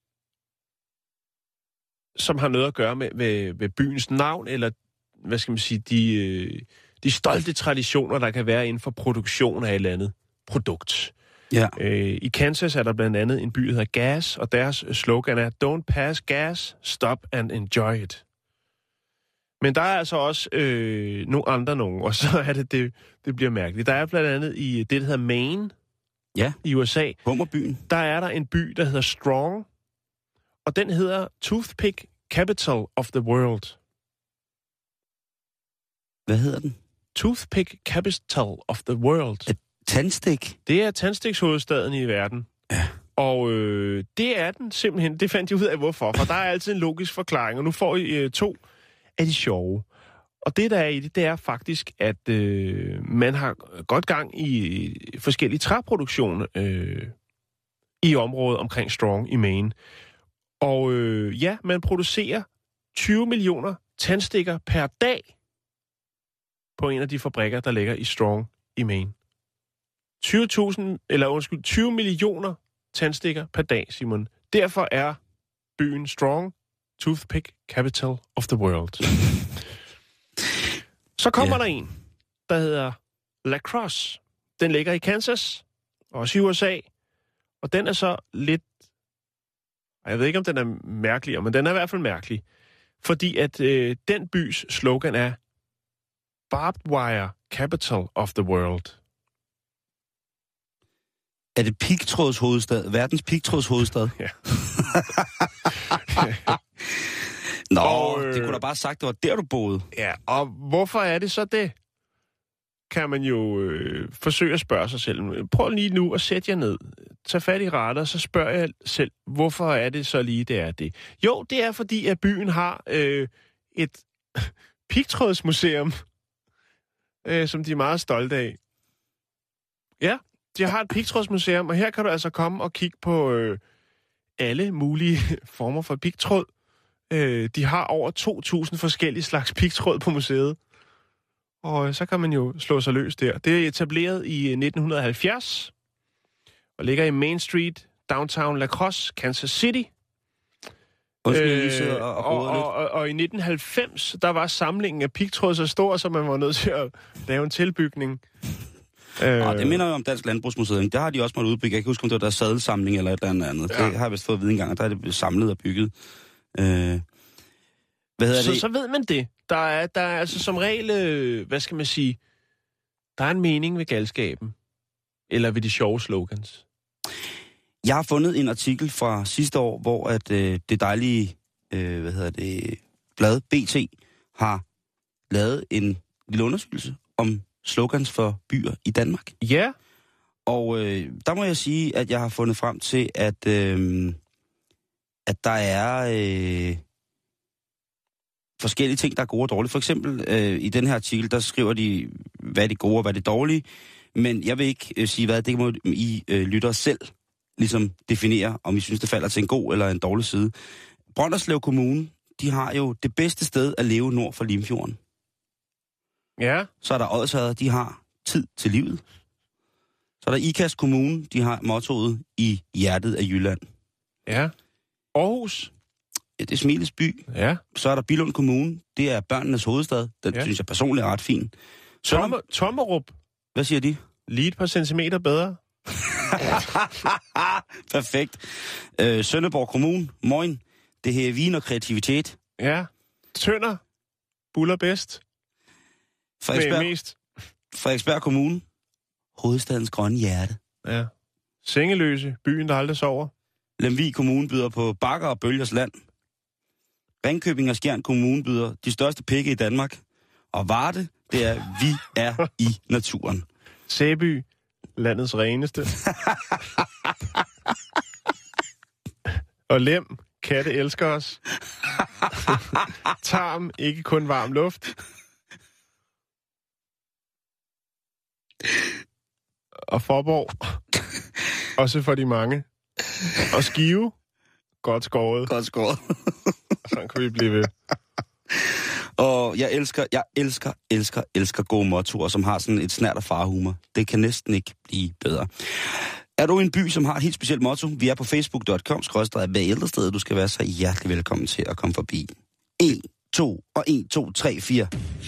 som har noget at gøre med, med, med byens navn, eller hvad skal man sige, de, øh, de stolte traditioner, der kan være inden for produktion af et eller andet produkt. Ja. Øh, I Kansas er der blandt andet en by, der hedder Gas, og deres slogan er Don't pass gas, stop and enjoy it. Men der er altså også øh, nogle andre nogen, og så er det, det, det bliver mærkeligt. Der er blandt andet i det, der hedder Maine, ja, i U S A. Hummerbyen. Der er der en by, der hedder Strong, og den hedder Toothpick Capital of the World. Hvad hedder den? Toothpick Capital of the World. Et tandstik? Det er tandstikshovedstaden i verden. Ja. Og øh, det er den simpelthen. Det fandt jeg ud af, hvorfor. For der er altid en logisk forklaring, og nu får I øh, to af de sjove. Og det, der er i det, det er faktisk, at øh, man har godt gang i forskellige træproduktioner øh, i området omkring Strong i Maine. Og øh, ja, man producerer tyve millioner tandstikker per dag på en af de fabrikker, der ligger i Strong i Maine. tyve tusind, eller undskyld, tyve millioner tandstikker per dag, Simon. Derfor er byen Strong Toothpick Capital of the World. Så kommer yeah. der en, der hedder La Crosse. Den ligger i Kansas, også i U S A, og den er så lidt... Jeg ved ikke, om den er mærkelig, men den er i hvert fald mærkelig. Fordi at øh, den bys slogan er Barbed Wire Capital of the World. Er det pigtråds hovedstad? Verdens pigtråds hovedstad? Ja. Nå, og, øh, det kunne da bare have sagt, det var der, du boede. Ja, og hvorfor er det så det? Kan man jo øh, forsøge at spørge sig selv. Prøv lige nu at sætte jer ned. Tag fat i retter, så spørger jeg selv, hvorfor er det så lige, det er det? Jo, det er fordi, at byen har øh, et pigtrådsmuseum, øh, som de er meget stolte af. Ja, de har et pigtrådsmuseum, og her kan du altså komme og kigge på øh, alle mulige former for pigtråd. Øh, de har over to tusind forskellige slags pigtråd på museet. Og øh, så kan man jo slå sig løs der. Det er etableret i nitten halvfjerds og ligger i Main Street, downtown La Crosse, Kansas City. Øh, og, og, og, og, og i nitten halvfems, der var samlingen af pigtråd så stor, så man var nødt til at lave en tilbygning. Øh... det minder jo om Dansk Landbrugsmuseum. Der har de også måttet udbygge. Jeg kan huske, om det var deres sadelsamling eller et eller andet. Ja. Det har jeg vist fået at vide en gang, og der er det samlet og bygget. Øh... Hvad hedder så, det? Så ved man det. Der er, der er altså som regel, øh, hvad skal man sige, der er en mening ved galskaben. Eller ved de sjove slogans. Jeg har fundet en artikel fra sidste år, hvor at øh, det dejlige, øh, hvad hedder det, blad B T har lavet en lille undersøgelse om slogans for byer i Danmark. Ja. Og øh, der må jeg sige, at jeg har fundet frem til, at, øh, at der er øh, forskellige ting, der er gode og dårlige. For eksempel øh, i den her artikel, der skriver de, hvad er det gode og hvad er det dårlige. Men jeg vil ikke øh, sige, hvad det må I øh, lytter selv ligesom definere, om I synes, det falder til en god eller en dårlig side. Brønderslev Kommune, de har jo det bedste sted at leve nord for Limfjorden. Ja. Så er der Odsherred, de har tid til livet. Så er der Ikast Kommune, de har mottoet i hjertet af Jylland. Ja. Aarhus. Ja, det er Smiles by. Ja. Så er der Billund Kommune, det er børnenes hovedstad. Den ja. synes jeg personligt er ret fin. Tomme, Tommerup. Hvad siger de? Lige et par centimeter bedre. Perfekt. Øh, Sønderborg Kommune, moin. Det her er vin og kreativitet. Ja. Tønder, buller bedst. Frederiksberg, mest. Frederiksberg Kommune, hovedstadens grønne hjerte. Ja. Sengeløse, byen der aldrig sover. Lemvig Kommune byder på bakker og bølgers land. Ringkøbing og Skjern Kommune byder de største pikke i Danmark. Og Varde, det er, vi er i naturen. Sæby, Landets reneste. Og Lem, katte elsker os. Tarm, ikke kun varm luft. Og Forborg, også for de mange. Og Skive, godt skåret. Godt skåret. Sådan kan vi blive ved. Og jeg elsker, jeg elsker, elsker, elsker gode mottoer, som har sådan et snært af farhumor. Det kan næsten ikke blive bedre. Er du en by, som har et helt specielt motto? Vi er på facebook punktum com skråstreg hver ældre sted. Du skal være så hjertelig velkommen til at komme forbi. en, to og en, to, tre, fire.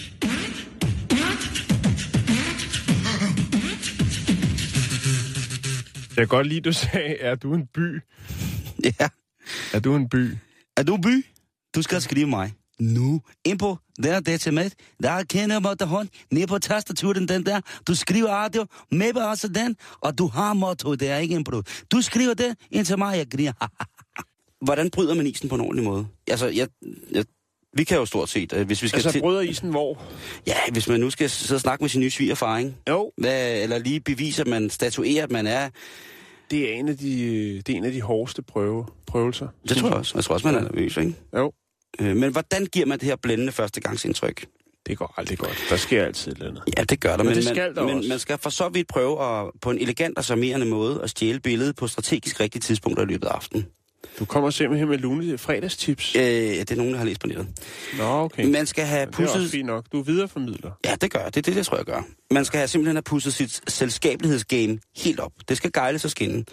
Jeg kan godt lide, du sagde, er du en by? Ja. Er du en by? Er du by? Du skal skrive mig. Nu. Ind på der, der til med. Der kender jeg der hånd. Ned på tastaturen, den der. Du skriver audio. Med også den. Og du har motto. Det er ikke en brud. Du skriver det ind til mig. Jeg griner. Hvordan bryder man isen på en ordentlig måde? Altså, jeg, jeg, vi kan jo stort set, hvis vi skal... Altså, til... bryder isen hvor? Ja, hvis man nu skal sidde og snakke med sin nye svigerfar, ikke? Jo. Hvad, eller lige bevise, at man statuerer, at man er... Det er en af de, det er en af de hårdeste prøve, prøvelser. Det tror jeg også. Jeg tror også, man er nervøs, ikke? Jo. Men hvordan giver man det her blændende førstegangsindtryk? Det går aldrig godt. Der sker altid et eller andet. Ja, det gør der. Men, Men, det skal der men også. man skal for så vidt prøve at, på en elegant og charmerende måde at stjæle billedet på strategisk rigtige tidspunkter i løbet af aftenen. Du kommer simpelthen med lune fredagstips. Øh, det er nogen, der har læst på nettet. Nå, okay. Man skal have pusset... Det er pusset... også fint nok. Du er videreformidler. Ja, det gør jeg. Det er det, det tror jeg gør. Man skal have simpelthen have pusset sit selskabelighedsgame helt op. Det skal gejles og skinne.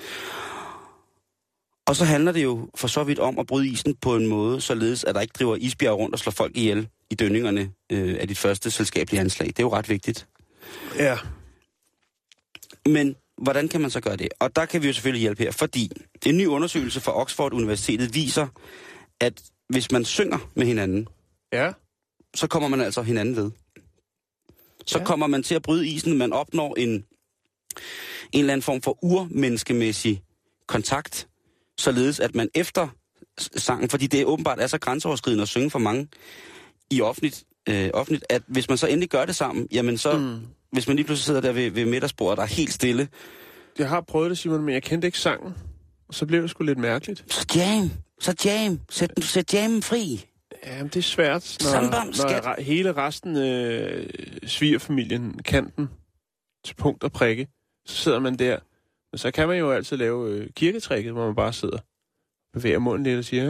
Og så handler det jo for så vidt om at bryde isen på en måde, således at der ikke driver isbjerg rundt og slår folk ihjel i dønningerne øh, af dit første selskabelige anslag. Det er jo ret vigtigt. Ja. Men hvordan kan man så gøre det? Og der kan vi jo selvfølgelig hjælpe her, fordi en ny undersøgelse fra Oxford Universitetet viser, at hvis man synger med hinanden, Ja. så kommer man altså hinanden ved. Så Ja. kommer man til at bryde isen, man opnår en, en eller anden form for urmenneskemæssig kontakt, således at man efter sangen, fordi det åbenbart er så grænseoverskridende at synge for mange i offentligt, øh, offentligt, at hvis man så endelig gør det sammen, jamen så, mm. hvis man lige pludselig sidder der ved, ved middagsbordet, der er helt stille. Jeg har prøvet det, Simon, men jeg kendte ikke sangen. Og så blev det sgu lidt mærkeligt. Så jam, så jam, sæt, sæt jammen fri. Jamen, det er svært, når, Sambam, når skat. re- hele resten af øh, svigerfamilien kan den til punkt og prikke. Så sidder man der. Men så kan man jo altid lave øh, kirketrækket, hvor man bare sidder, bevæger munden lidt og siger...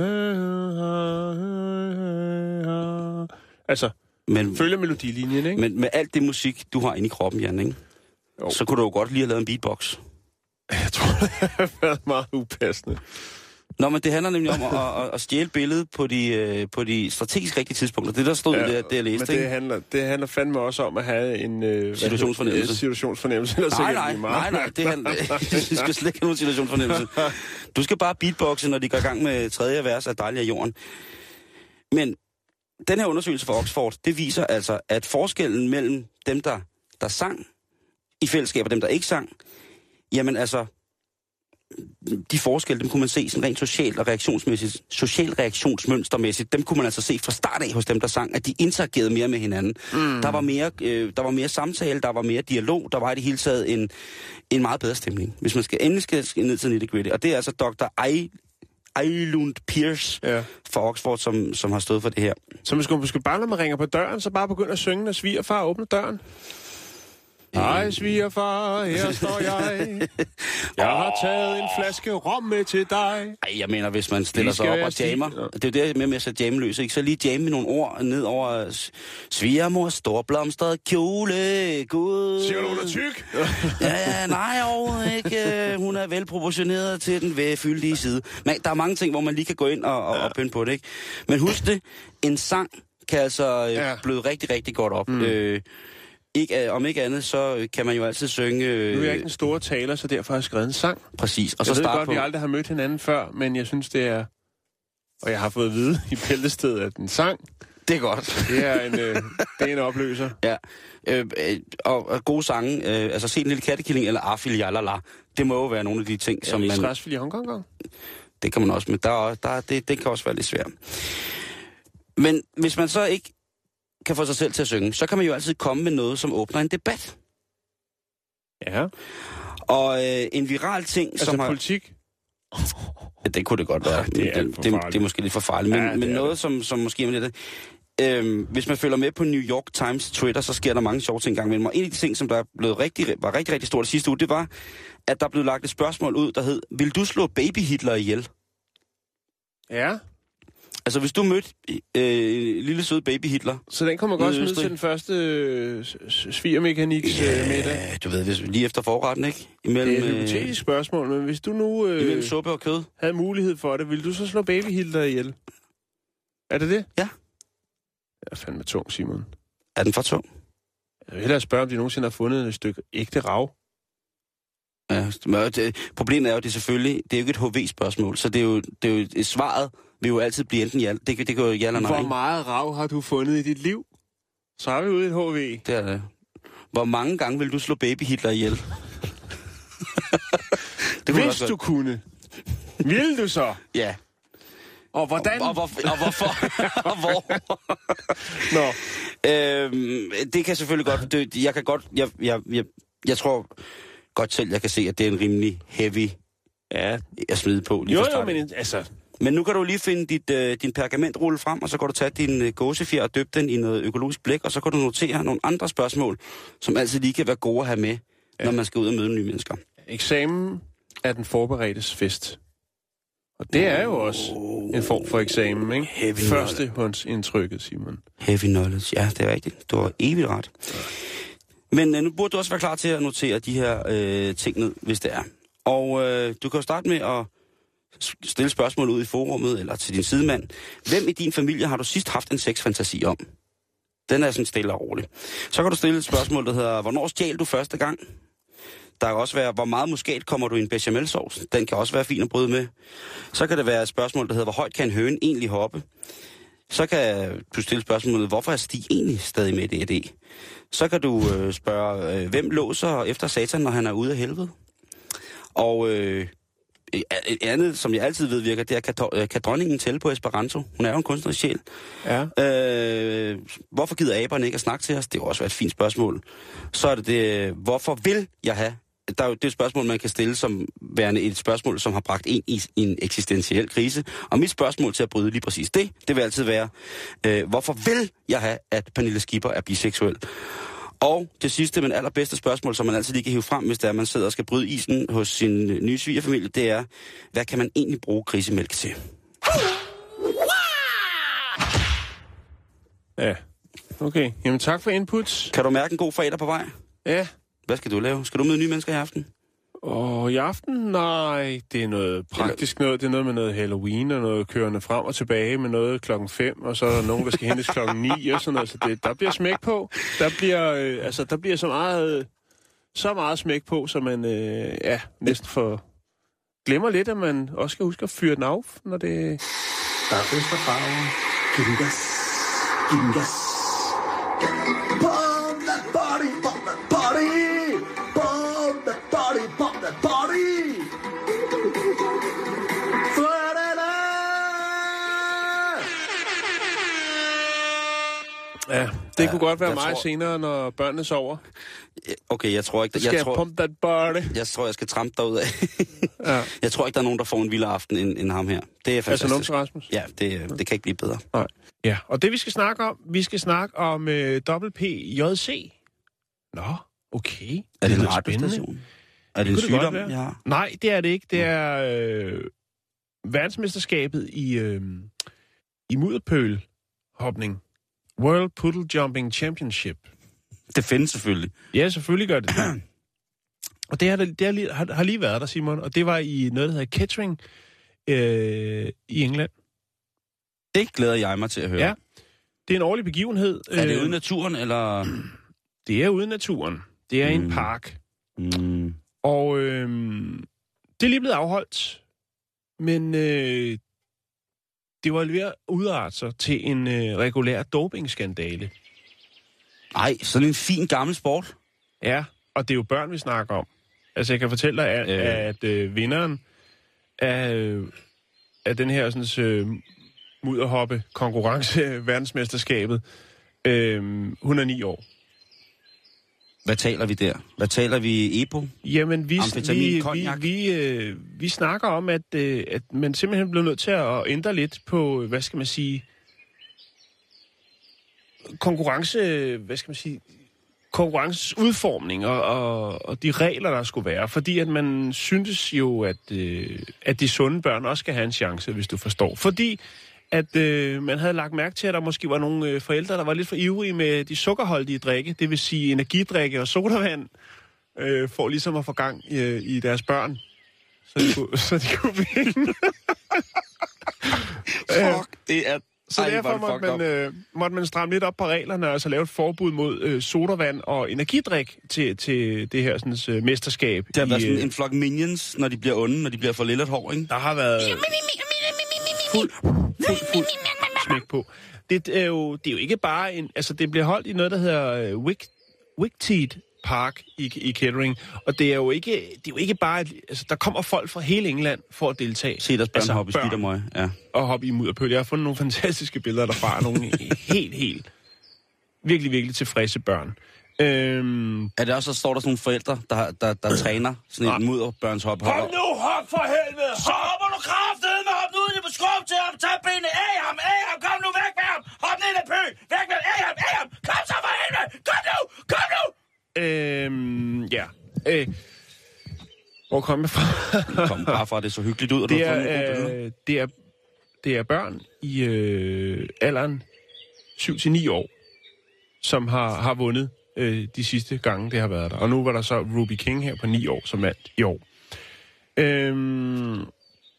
Altså, Men, følger melodilinjen, ikke? men med alt det musik, du har inde i kroppen, Jan, ikke? Jo. Så kunne du jo godt lige have lavet en beatbox. Jeg tror, det har været meget upassende. Nå, men det handler nemlig om at, at, at stjæle billedet på de, øh, på de strategisk rigtige tidspunkter. Det der stod ja, der, det jeg læste, men det ikke? handler, det handler fandme også om at have en... Øh, Situationsfornemmelse. Hvad, situationsfornemmelse. Eller Nej, nej, nej, nej, det handler, du skal slet ikke have nogen situationsfornemmelse. Du skal bare beatboxe, når de går i gang med tredje vers af Dejlig af jorden. Men den her undersøgelse fra Oxford, det viser altså, at forskellen mellem dem, der, der sang i fællesskab, og dem, der ikke sang, jamen altså, de forskelle, dem kunne man se sådan rent socialt og reaktionsmæssigt, social reaktionsmønstermæssigt, dem kunne man altså se fra start af hos dem, der sang, at de interagerede mere med hinanden. Mm. Der var mere, øh, der var mere samtale, der var mere dialog, der var i det hele taget en, en meget bedre stemning. Hvis man skal endelig skal ned til nitty-gritty. Og det er altså doktor Eilund Pierce ja. fra Oxford, som, som har stået for det her. Så man skal måske bare, når man ringer på døren, så bare begynde at synge, når svigerfar åbner døren? Hej svigerfar, her står jeg. Jeg har taget en flaske rom med til dig. Ej, jeg mener, hvis man stiller Vi sig skal op være og jammer. stil- Det er jo det med, med at sætte jammen løs, ikke? Så lige jamme med nogle ord ned over s- svigermors storblomstret kjole. Gud. Siger du, hun er tyk? Ja, ja, nej, overhovedet ikke. Hun er velproportioneret til den vedfyldige side. Men der er mange ting, hvor man lige kan gå ind og, og, og pynte på det, ikke? Men husk det, en sang kan altså øh, Ja. bløde rigtig, rigtig godt op. Mm. Øh, ikke, om ikke andet, så kan man jo altid synge... Øh, Nu er jeg ikke den store taler, så derfor har jeg skrevet en sang. Præcis. Og Jeg så ved starte godt, på... vi aldrig har mødt hinanden før, men jeg synes, det er... Og jeg har fået at vide i Bæltestedet, at en sang, Det er godt. det er en, øh, det er en opløser. Ja, øh, øh, og, og gode sange, øh, altså Se den lille kattekilling eller Afil Jalala, det må jo være nogle af de ting, som man... Stressfri i Hongkong Kong. Det kan man også, men der, der, det, det kan også være lidt svært. Men hvis man så ikke kan få sig selv til at synge, så kan man jo altid komme med noget, som åbner en debat. Ja. Og øh, en viral ting, Altså som har... politik? Ja, det kunne det godt være. Ej, det, er det, det, det er måske lidt for farligt. Men, Ja, men noget, det. som, som måske er lidt... Øhm, hvis man følger med på New York Times Twitter, så sker der mange sjove ting engang imellem. Og en af de ting, som der er blevet rigtig, var rigtig, rigtig stort sidste uge, det var, at der blev lagt et spørgsmål ud, der hed, vil du slå baby Hitler ihjel? Ja. Altså, hvis du mødte øh, lille søde baby Hitler... Så den kommer godt Nede i smide Østrig. til den første øh, svigermekaniks øh, middag. Ja, du ved, hvis, lige efter forretten, ikke? Imellem, Det er et øh, hypotetisk spørgsmål, men hvis du nu øh, imellem suppe og kød. havde mulighed for det, ville du så slå baby Hitler ihjel? Er det det? Ja. Det er fandme tung, Simon. Er den for tung? Jeg vil hellere spørge, om de nogensinde har fundet et stykke ægte rav. Ja, men det, problemet er jo, det er selvfølgelig, det er jo ikke et H V-spørgsmål, så det er jo, det er jo et svaret vil jo altid blive enten ja, det, det kan jo ja eller nej. Hvor meget rav har du fundet i dit liv? Så er vi ude i et H V. Det er det. Hvor mange gange vil du slå baby Hitler ihjel? det Hvis du kunne, ville du så? Ja. Og hvordan? Og, og, hvor, og hvorfor? og hvor? Nå. Øhm, det kan selvfølgelig godt... Det, jeg kan godt... Jeg, jeg, jeg, jeg tror godt selv, jeg kan se, at det er en rimelig heavy Ja. at smide på. Lige Jo, fra jo, starten. men altså... Men nu kan du lige finde dit, øh, din pergamentrulle frem, og så kan du tage din øh, gåsefjer og døbe den i noget økologisk blæk, og så kan du notere nogle andre spørgsmål, som altid lige kan være gode at have med, ja. når man skal ud og møde nye mennesker. Eksamen er den forberedtes fest. Og det er jo også en form for eksamen, ikke? Heavy Førstehåndsindtrykket, Simon. Heavy knowledge, ja, det er rigtigt. Du har evigt ret. Men øh, nu burde du også være klar til at notere de her øh, ting ned, hvis det er. Og øh, du kan jo starte med at stille spørgsmål ud i forummet, eller til din sidemand. Hvem i din familie har du sidst haft en sexfantasi om? Den er sådan stille og rolig. Så kan du stille et spørgsmål, der hedder, hvornår stjal du første gang? Der kan også være, hvor meget muskat kommer du i en bechamelsauce? Den kan også være fin at bryde med. Så kan det være et spørgsmål, der hedder, hvor højt kan en høne egentlig hoppe? Så kan du stille spørgsmålet, hvorfor er Stig egentlig stadig med i D og D? Så kan du øh, spørge, øh, hvem låser efter Satan, når han er ude af helvede? Og øh, et andet, som jeg altid ved virker, det er, kan, kan dronningen tælle på Esperanto? Hun er jo en kunstnerisk sjæl. Ja. Øh, hvorfor gider aberne ikke at snakke til os? Det er jo også et fint spørgsmål. Så er det det, hvorfor vil jeg have? Der er jo det et spørgsmål, man kan stille som værende et spørgsmål, som har bragt en i en eksistentiel krise. Og mit spørgsmål til at bryde lige præcis det, det vil altid være, øh, hvorfor vil jeg have, at Pernille Skipper er biseksuel? Og det sidste, men allerbedste spørgsmål, som man altid lige kan hive frem, hvis der man sidder og skal bryde isen hos sin nye svigerfamilie, det er, hvad kan man egentlig bruge grisemælk til? Ja. Okay. Jamen tak for inputs. Kan du mærke en god fredag på vej? Ja. Hvad skal du lave? Skal du møde nye mennesker i aften? Og i aften? Nej, det er noget praktisk noget. Det er noget med noget Halloween og noget kørende frem og tilbage med noget klokken fem, og så er der nogen, der skal hentes klokken ni og sådan noget. Så det, der bliver smæk på. Der bliver, øh, altså, der bliver så meget, så meget smæk på, så man øh, ja, næsten for glemmer lidt, at man også skal huske at fyre den af, når det... Der er fest og farve. Giv den gas. Giv den gas. Bomb that body, bomb that body. Bomb that body, bomb that body. Ja, det Ja, kunne godt være jeg meget tror- senere, når børnene sover. Okay, jeg tror ikke... Så skal Jeg jeg tror, pump that body. jeg tror, jeg skal trampe derud af. Ja. Jeg tror ikke, der er nogen, der får en vildere aften end, end ham her. Det er Altså fantastisk. nogen til Rasmus? Ja, det, det kan ikke blive bedre. Nej. Ja, og det vi skal snakke om, vi skal snakke om øh, W P J C. Nå, okay. Er det en lyder spændende. radiostation? Er det en kunne det godt sygdom? være. Ja. Nej, det er det ikke. Det er øh, verdensmesterskabet i, øh, i mudderpøl-hopning. World Puddle Jumping Championship. Det findes selvfølgelig. Ja, selvfølgelig gør det. Og det, har, det har, lige, har, har lige været der, Simon, og det var i noget, der hedder Kettering øh, i England. Det glæder jeg mig til at høre. Ja, det er en årlig begivenhed. Er det Øh, ude i naturen, eller... Det er ude i naturen. Det er mm. Mm. en park. Mm. Og øh, det er lige blevet afholdt, men øh, det var ved at udarte sig til en øh, regulær dopingskandale. Ej, sådan en fin gammel sport. Ja, og det er jo børn, vi snakker om. Altså, jeg kan fortælle dig, at, Øh. at øh, vinderen af, øh, af den her sådan, øh, mudderhoppe-konkurrence, verdensmesterskabet, øh, hun er ni år. Hvad taler vi der? Hvad taler vi? Epo? Jamen, vi, Amfetamin, vi, vi, cognac? vi, øh, vi snakker om, at, øh, at man simpelthen bliver nødt til at ændre lidt på, hvad skal man sige, konkurrence, hvad skal man sige, konkurrenceudformning og, og, og de regler, der skulle være. Fordi at man syntes jo, at, øh, at de sunde børn også skal have en chance, hvis du forstår. Fordi at øh, man havde lagt mærke til, at der måske var nogle øh, forældre, der var lidt for ivrige med de sukkerholdige drikke, det vil sige energidrikke og sodavand, øh, for ligesom at få gang i, i deres børn. Så de kunne, så de kunne vinde. Fuck, det er... Så Ej, derfor hvor er det måtte fucked man, øh, måtte man stramme lidt op på reglerne, og så lave et forbud mod øh, sodavand og energidrik til, til det her sådan, øh, mesterskab. Det har i, været sådan øh, en flok minions, når de bliver onde, når de bliver for lille hår, ikke? Der har været fuld, fuld, fuld smæk på. Det er, jo, det er jo ikke bare en... Altså, det bliver holdt i noget, der hedder øh, Wick, Wickteed Park i, i Kettering. Og det er jo ikke, det er jo ikke bare... Et, altså, der kommer folk fra hele England for at deltage. Se deres børn altså, hoppe i skidt og møg, ja. Og hoppe i mudderpøl. Jeg har fundet nogle fantastiske billeder derfra. Nogle helt, helt... Virkelig, virkelig tilfredse børn. Øhm, Er det også, så står der sådan nogle forældre, der, der, der træner sådan en mudderbørnshop? Kom nu, hop for helvede! Så hopper du kraftedeme, hop nu ind på skub til ham, tag benene af ham, af ham, kom nu væk med ham, hop ned i pø, væk med af ham, af ham, kom så for helvede, kom nu, kom nu! Øhm, ja. Øh, hvor kom jeg fra? Kom bare fra, det er så hyggeligt ud, og du Det har fundet nogle gode er, billeder. øh, det er, det er børn i øh, alderen syv til ni år, som har, har vundet øh, de sidste gange, det har været der. Og nu var der så Ruby King her på ni år, som vandt i år. Øhm,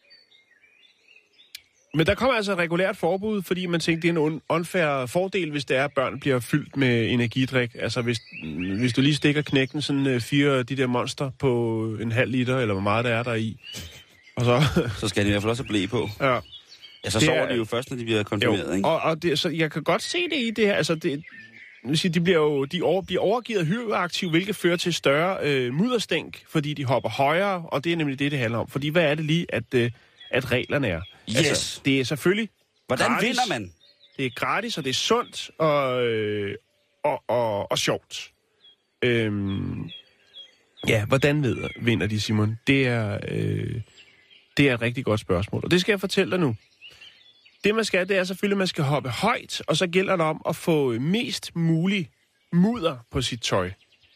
men der kommer altså et regulært forbud, fordi man tænkte, det er en unfair fordel, hvis det er, at børn bliver fyldt med energidrik. Altså hvis, hvis du lige stikker knækken sådan øh, fire af de der monster på en halv liter, eller hvor meget der er der i. Og så... Så skal de i hvert fald også have blæ på. ja. Ja, så Det sover er- de jo først, når de bliver konfirmeret, Jo, ikke? og, og det, så jeg kan godt se det i det her. Altså, det, vil sige, de bliver jo de over, bliver overgivet hyperaktiv, hvilket fører til større øh, mudderstænk, fordi de hopper højere, og det er nemlig det, det handler om. Fordi hvad er det lige, at, øh, at reglerne er? Yes. Altså, det er selvfølgelig Hvordan gratis. vinder man? Det er gratis, og det er sundt og, øh, og, og, og sjovt. Øhm, ja, hvordan ved, vinder de, Simon? Det er, øh, det er et rigtig godt spørgsmål, og det skal jeg fortælle dig nu. Det, man skal, det er selvfølgelig, at man skal hoppe højt, og så gælder det om at få mest mulig mudder på sit tøj.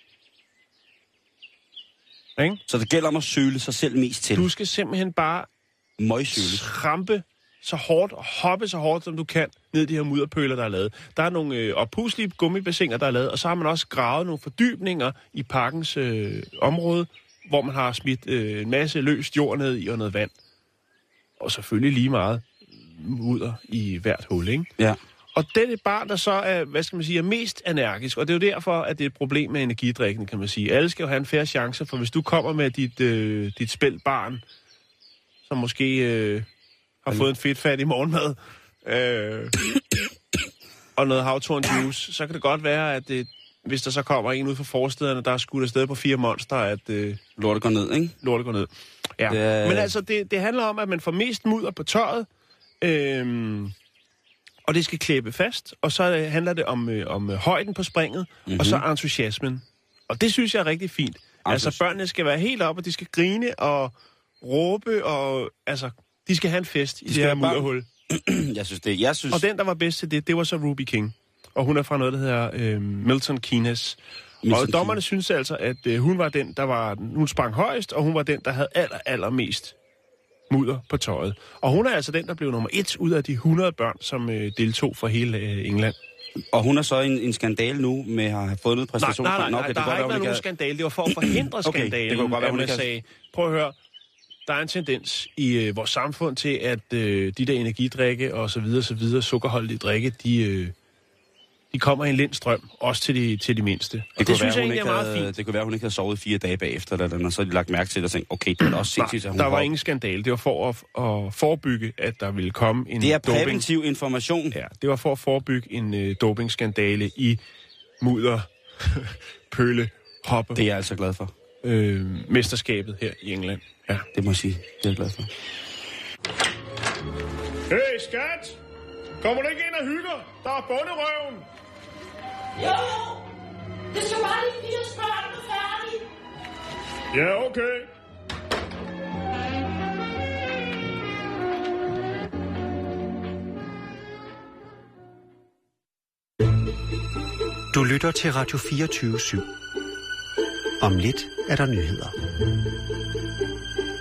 Ikke? Så det gælder om at søle sig selv mest til. Du skal simpelthen bare Møgsøle. trampe så hårdt og hoppe så hårdt, som du kan, ned i de her mudderpøler, der er lavet. Der er nogle øh, oppuslige gummibassiner, der er lavet, og så har man også gravet nogle fordybninger i parkens øh, område, hvor man har smidt øh, en masse løst jord ned i og noget vand. Og selvfølgelig lige meget mudder i hvert hul, ikke? Ja. Og det er barn, der så er, hvad skal man sige, er mest energisk, og det er jo derfor, at det er et problem med energidrikken, kan man sige. Alle skal jo have en fair chance, for hvis du kommer med dit, øh, dit spældt barn, som måske øh, har fået en fedtfattig morgenmad, øh, og noget havtornjuice, så kan det godt være, at det, hvis der så kommer en ud fra forstederne, der er skudt afsted på fire monster, at øh, Lortet går ned, ikke? lortet går ned. Ja. Det er- Men altså, det, det handler om, at man får mest mudder på tøjet, øh, og det skal klæbe fast, og så øh, handler det om, øh, om øh, højden på springet, mm-hmm. og så entusiasmen. Og det synes jeg er rigtig fint. Altså, børnene skal være helt op, og de skal grine og råbe, og altså, de skal have en fest i De det skal her være bare- mudderhul. Jeg synes det. Jeg synes... Og den, der var bedst til det, det var så Ruby King. Og hun er fra noget, der hedder øh, Milton Keynes. Milton Og dommerne Keynes. synes altså, at øh, hun var den, der var... Hun sprang højst, og hun var den, der havde aller, allermest mudder på tøjet. Og hun er altså den, der blev nummer et ud af de hundrede børn, som øh, deltog fra hele øh, England. Og hun er så en, en skandale nu med at have fået noget Nej, præstation. nej, nej, Nå, nej okay, der det har kan ikke godt været være, nogen hun skandale. Det var for at forhindre Okay, det skandalen, kunne godt være, at hun man ikke havde- sagde, prøv at høre, der er en tendens i øh, vores samfund til, at øh, de der energidrikke og så videre, så videre, sukkerholdige drikke, de, øh, de kommer i en lind strøm, også til de, til de mindste. Og det, det synes jeg egentlig er meget havde, fint. Det kunne være, hun ikke havde sovet fire dage bagefter, eller, eller, og så har de lagt mærke til det og tænkt, okay, det er da også sindssygt, at hun Der var hopper. ingen skandale. Det var for at, at forebygge, at der ville komme en Det er doping. præventiv information. Ja, det var for at forebygge en øh, dopingskandale i mudder, pøle, hoppe, Det er jeg altså glad for. øh, mesterskabet her i England. Ja. Det må jeg sige. Det er jeg glad for. Hey, skat! Kommer du ikke ind og hygger? Der er bunderøven! Jo! Det skal bare lige blive at spørge mig færdig. Ja, okay. Du lytter til Radio fireogtyve syv. Om lidt er der nyheder.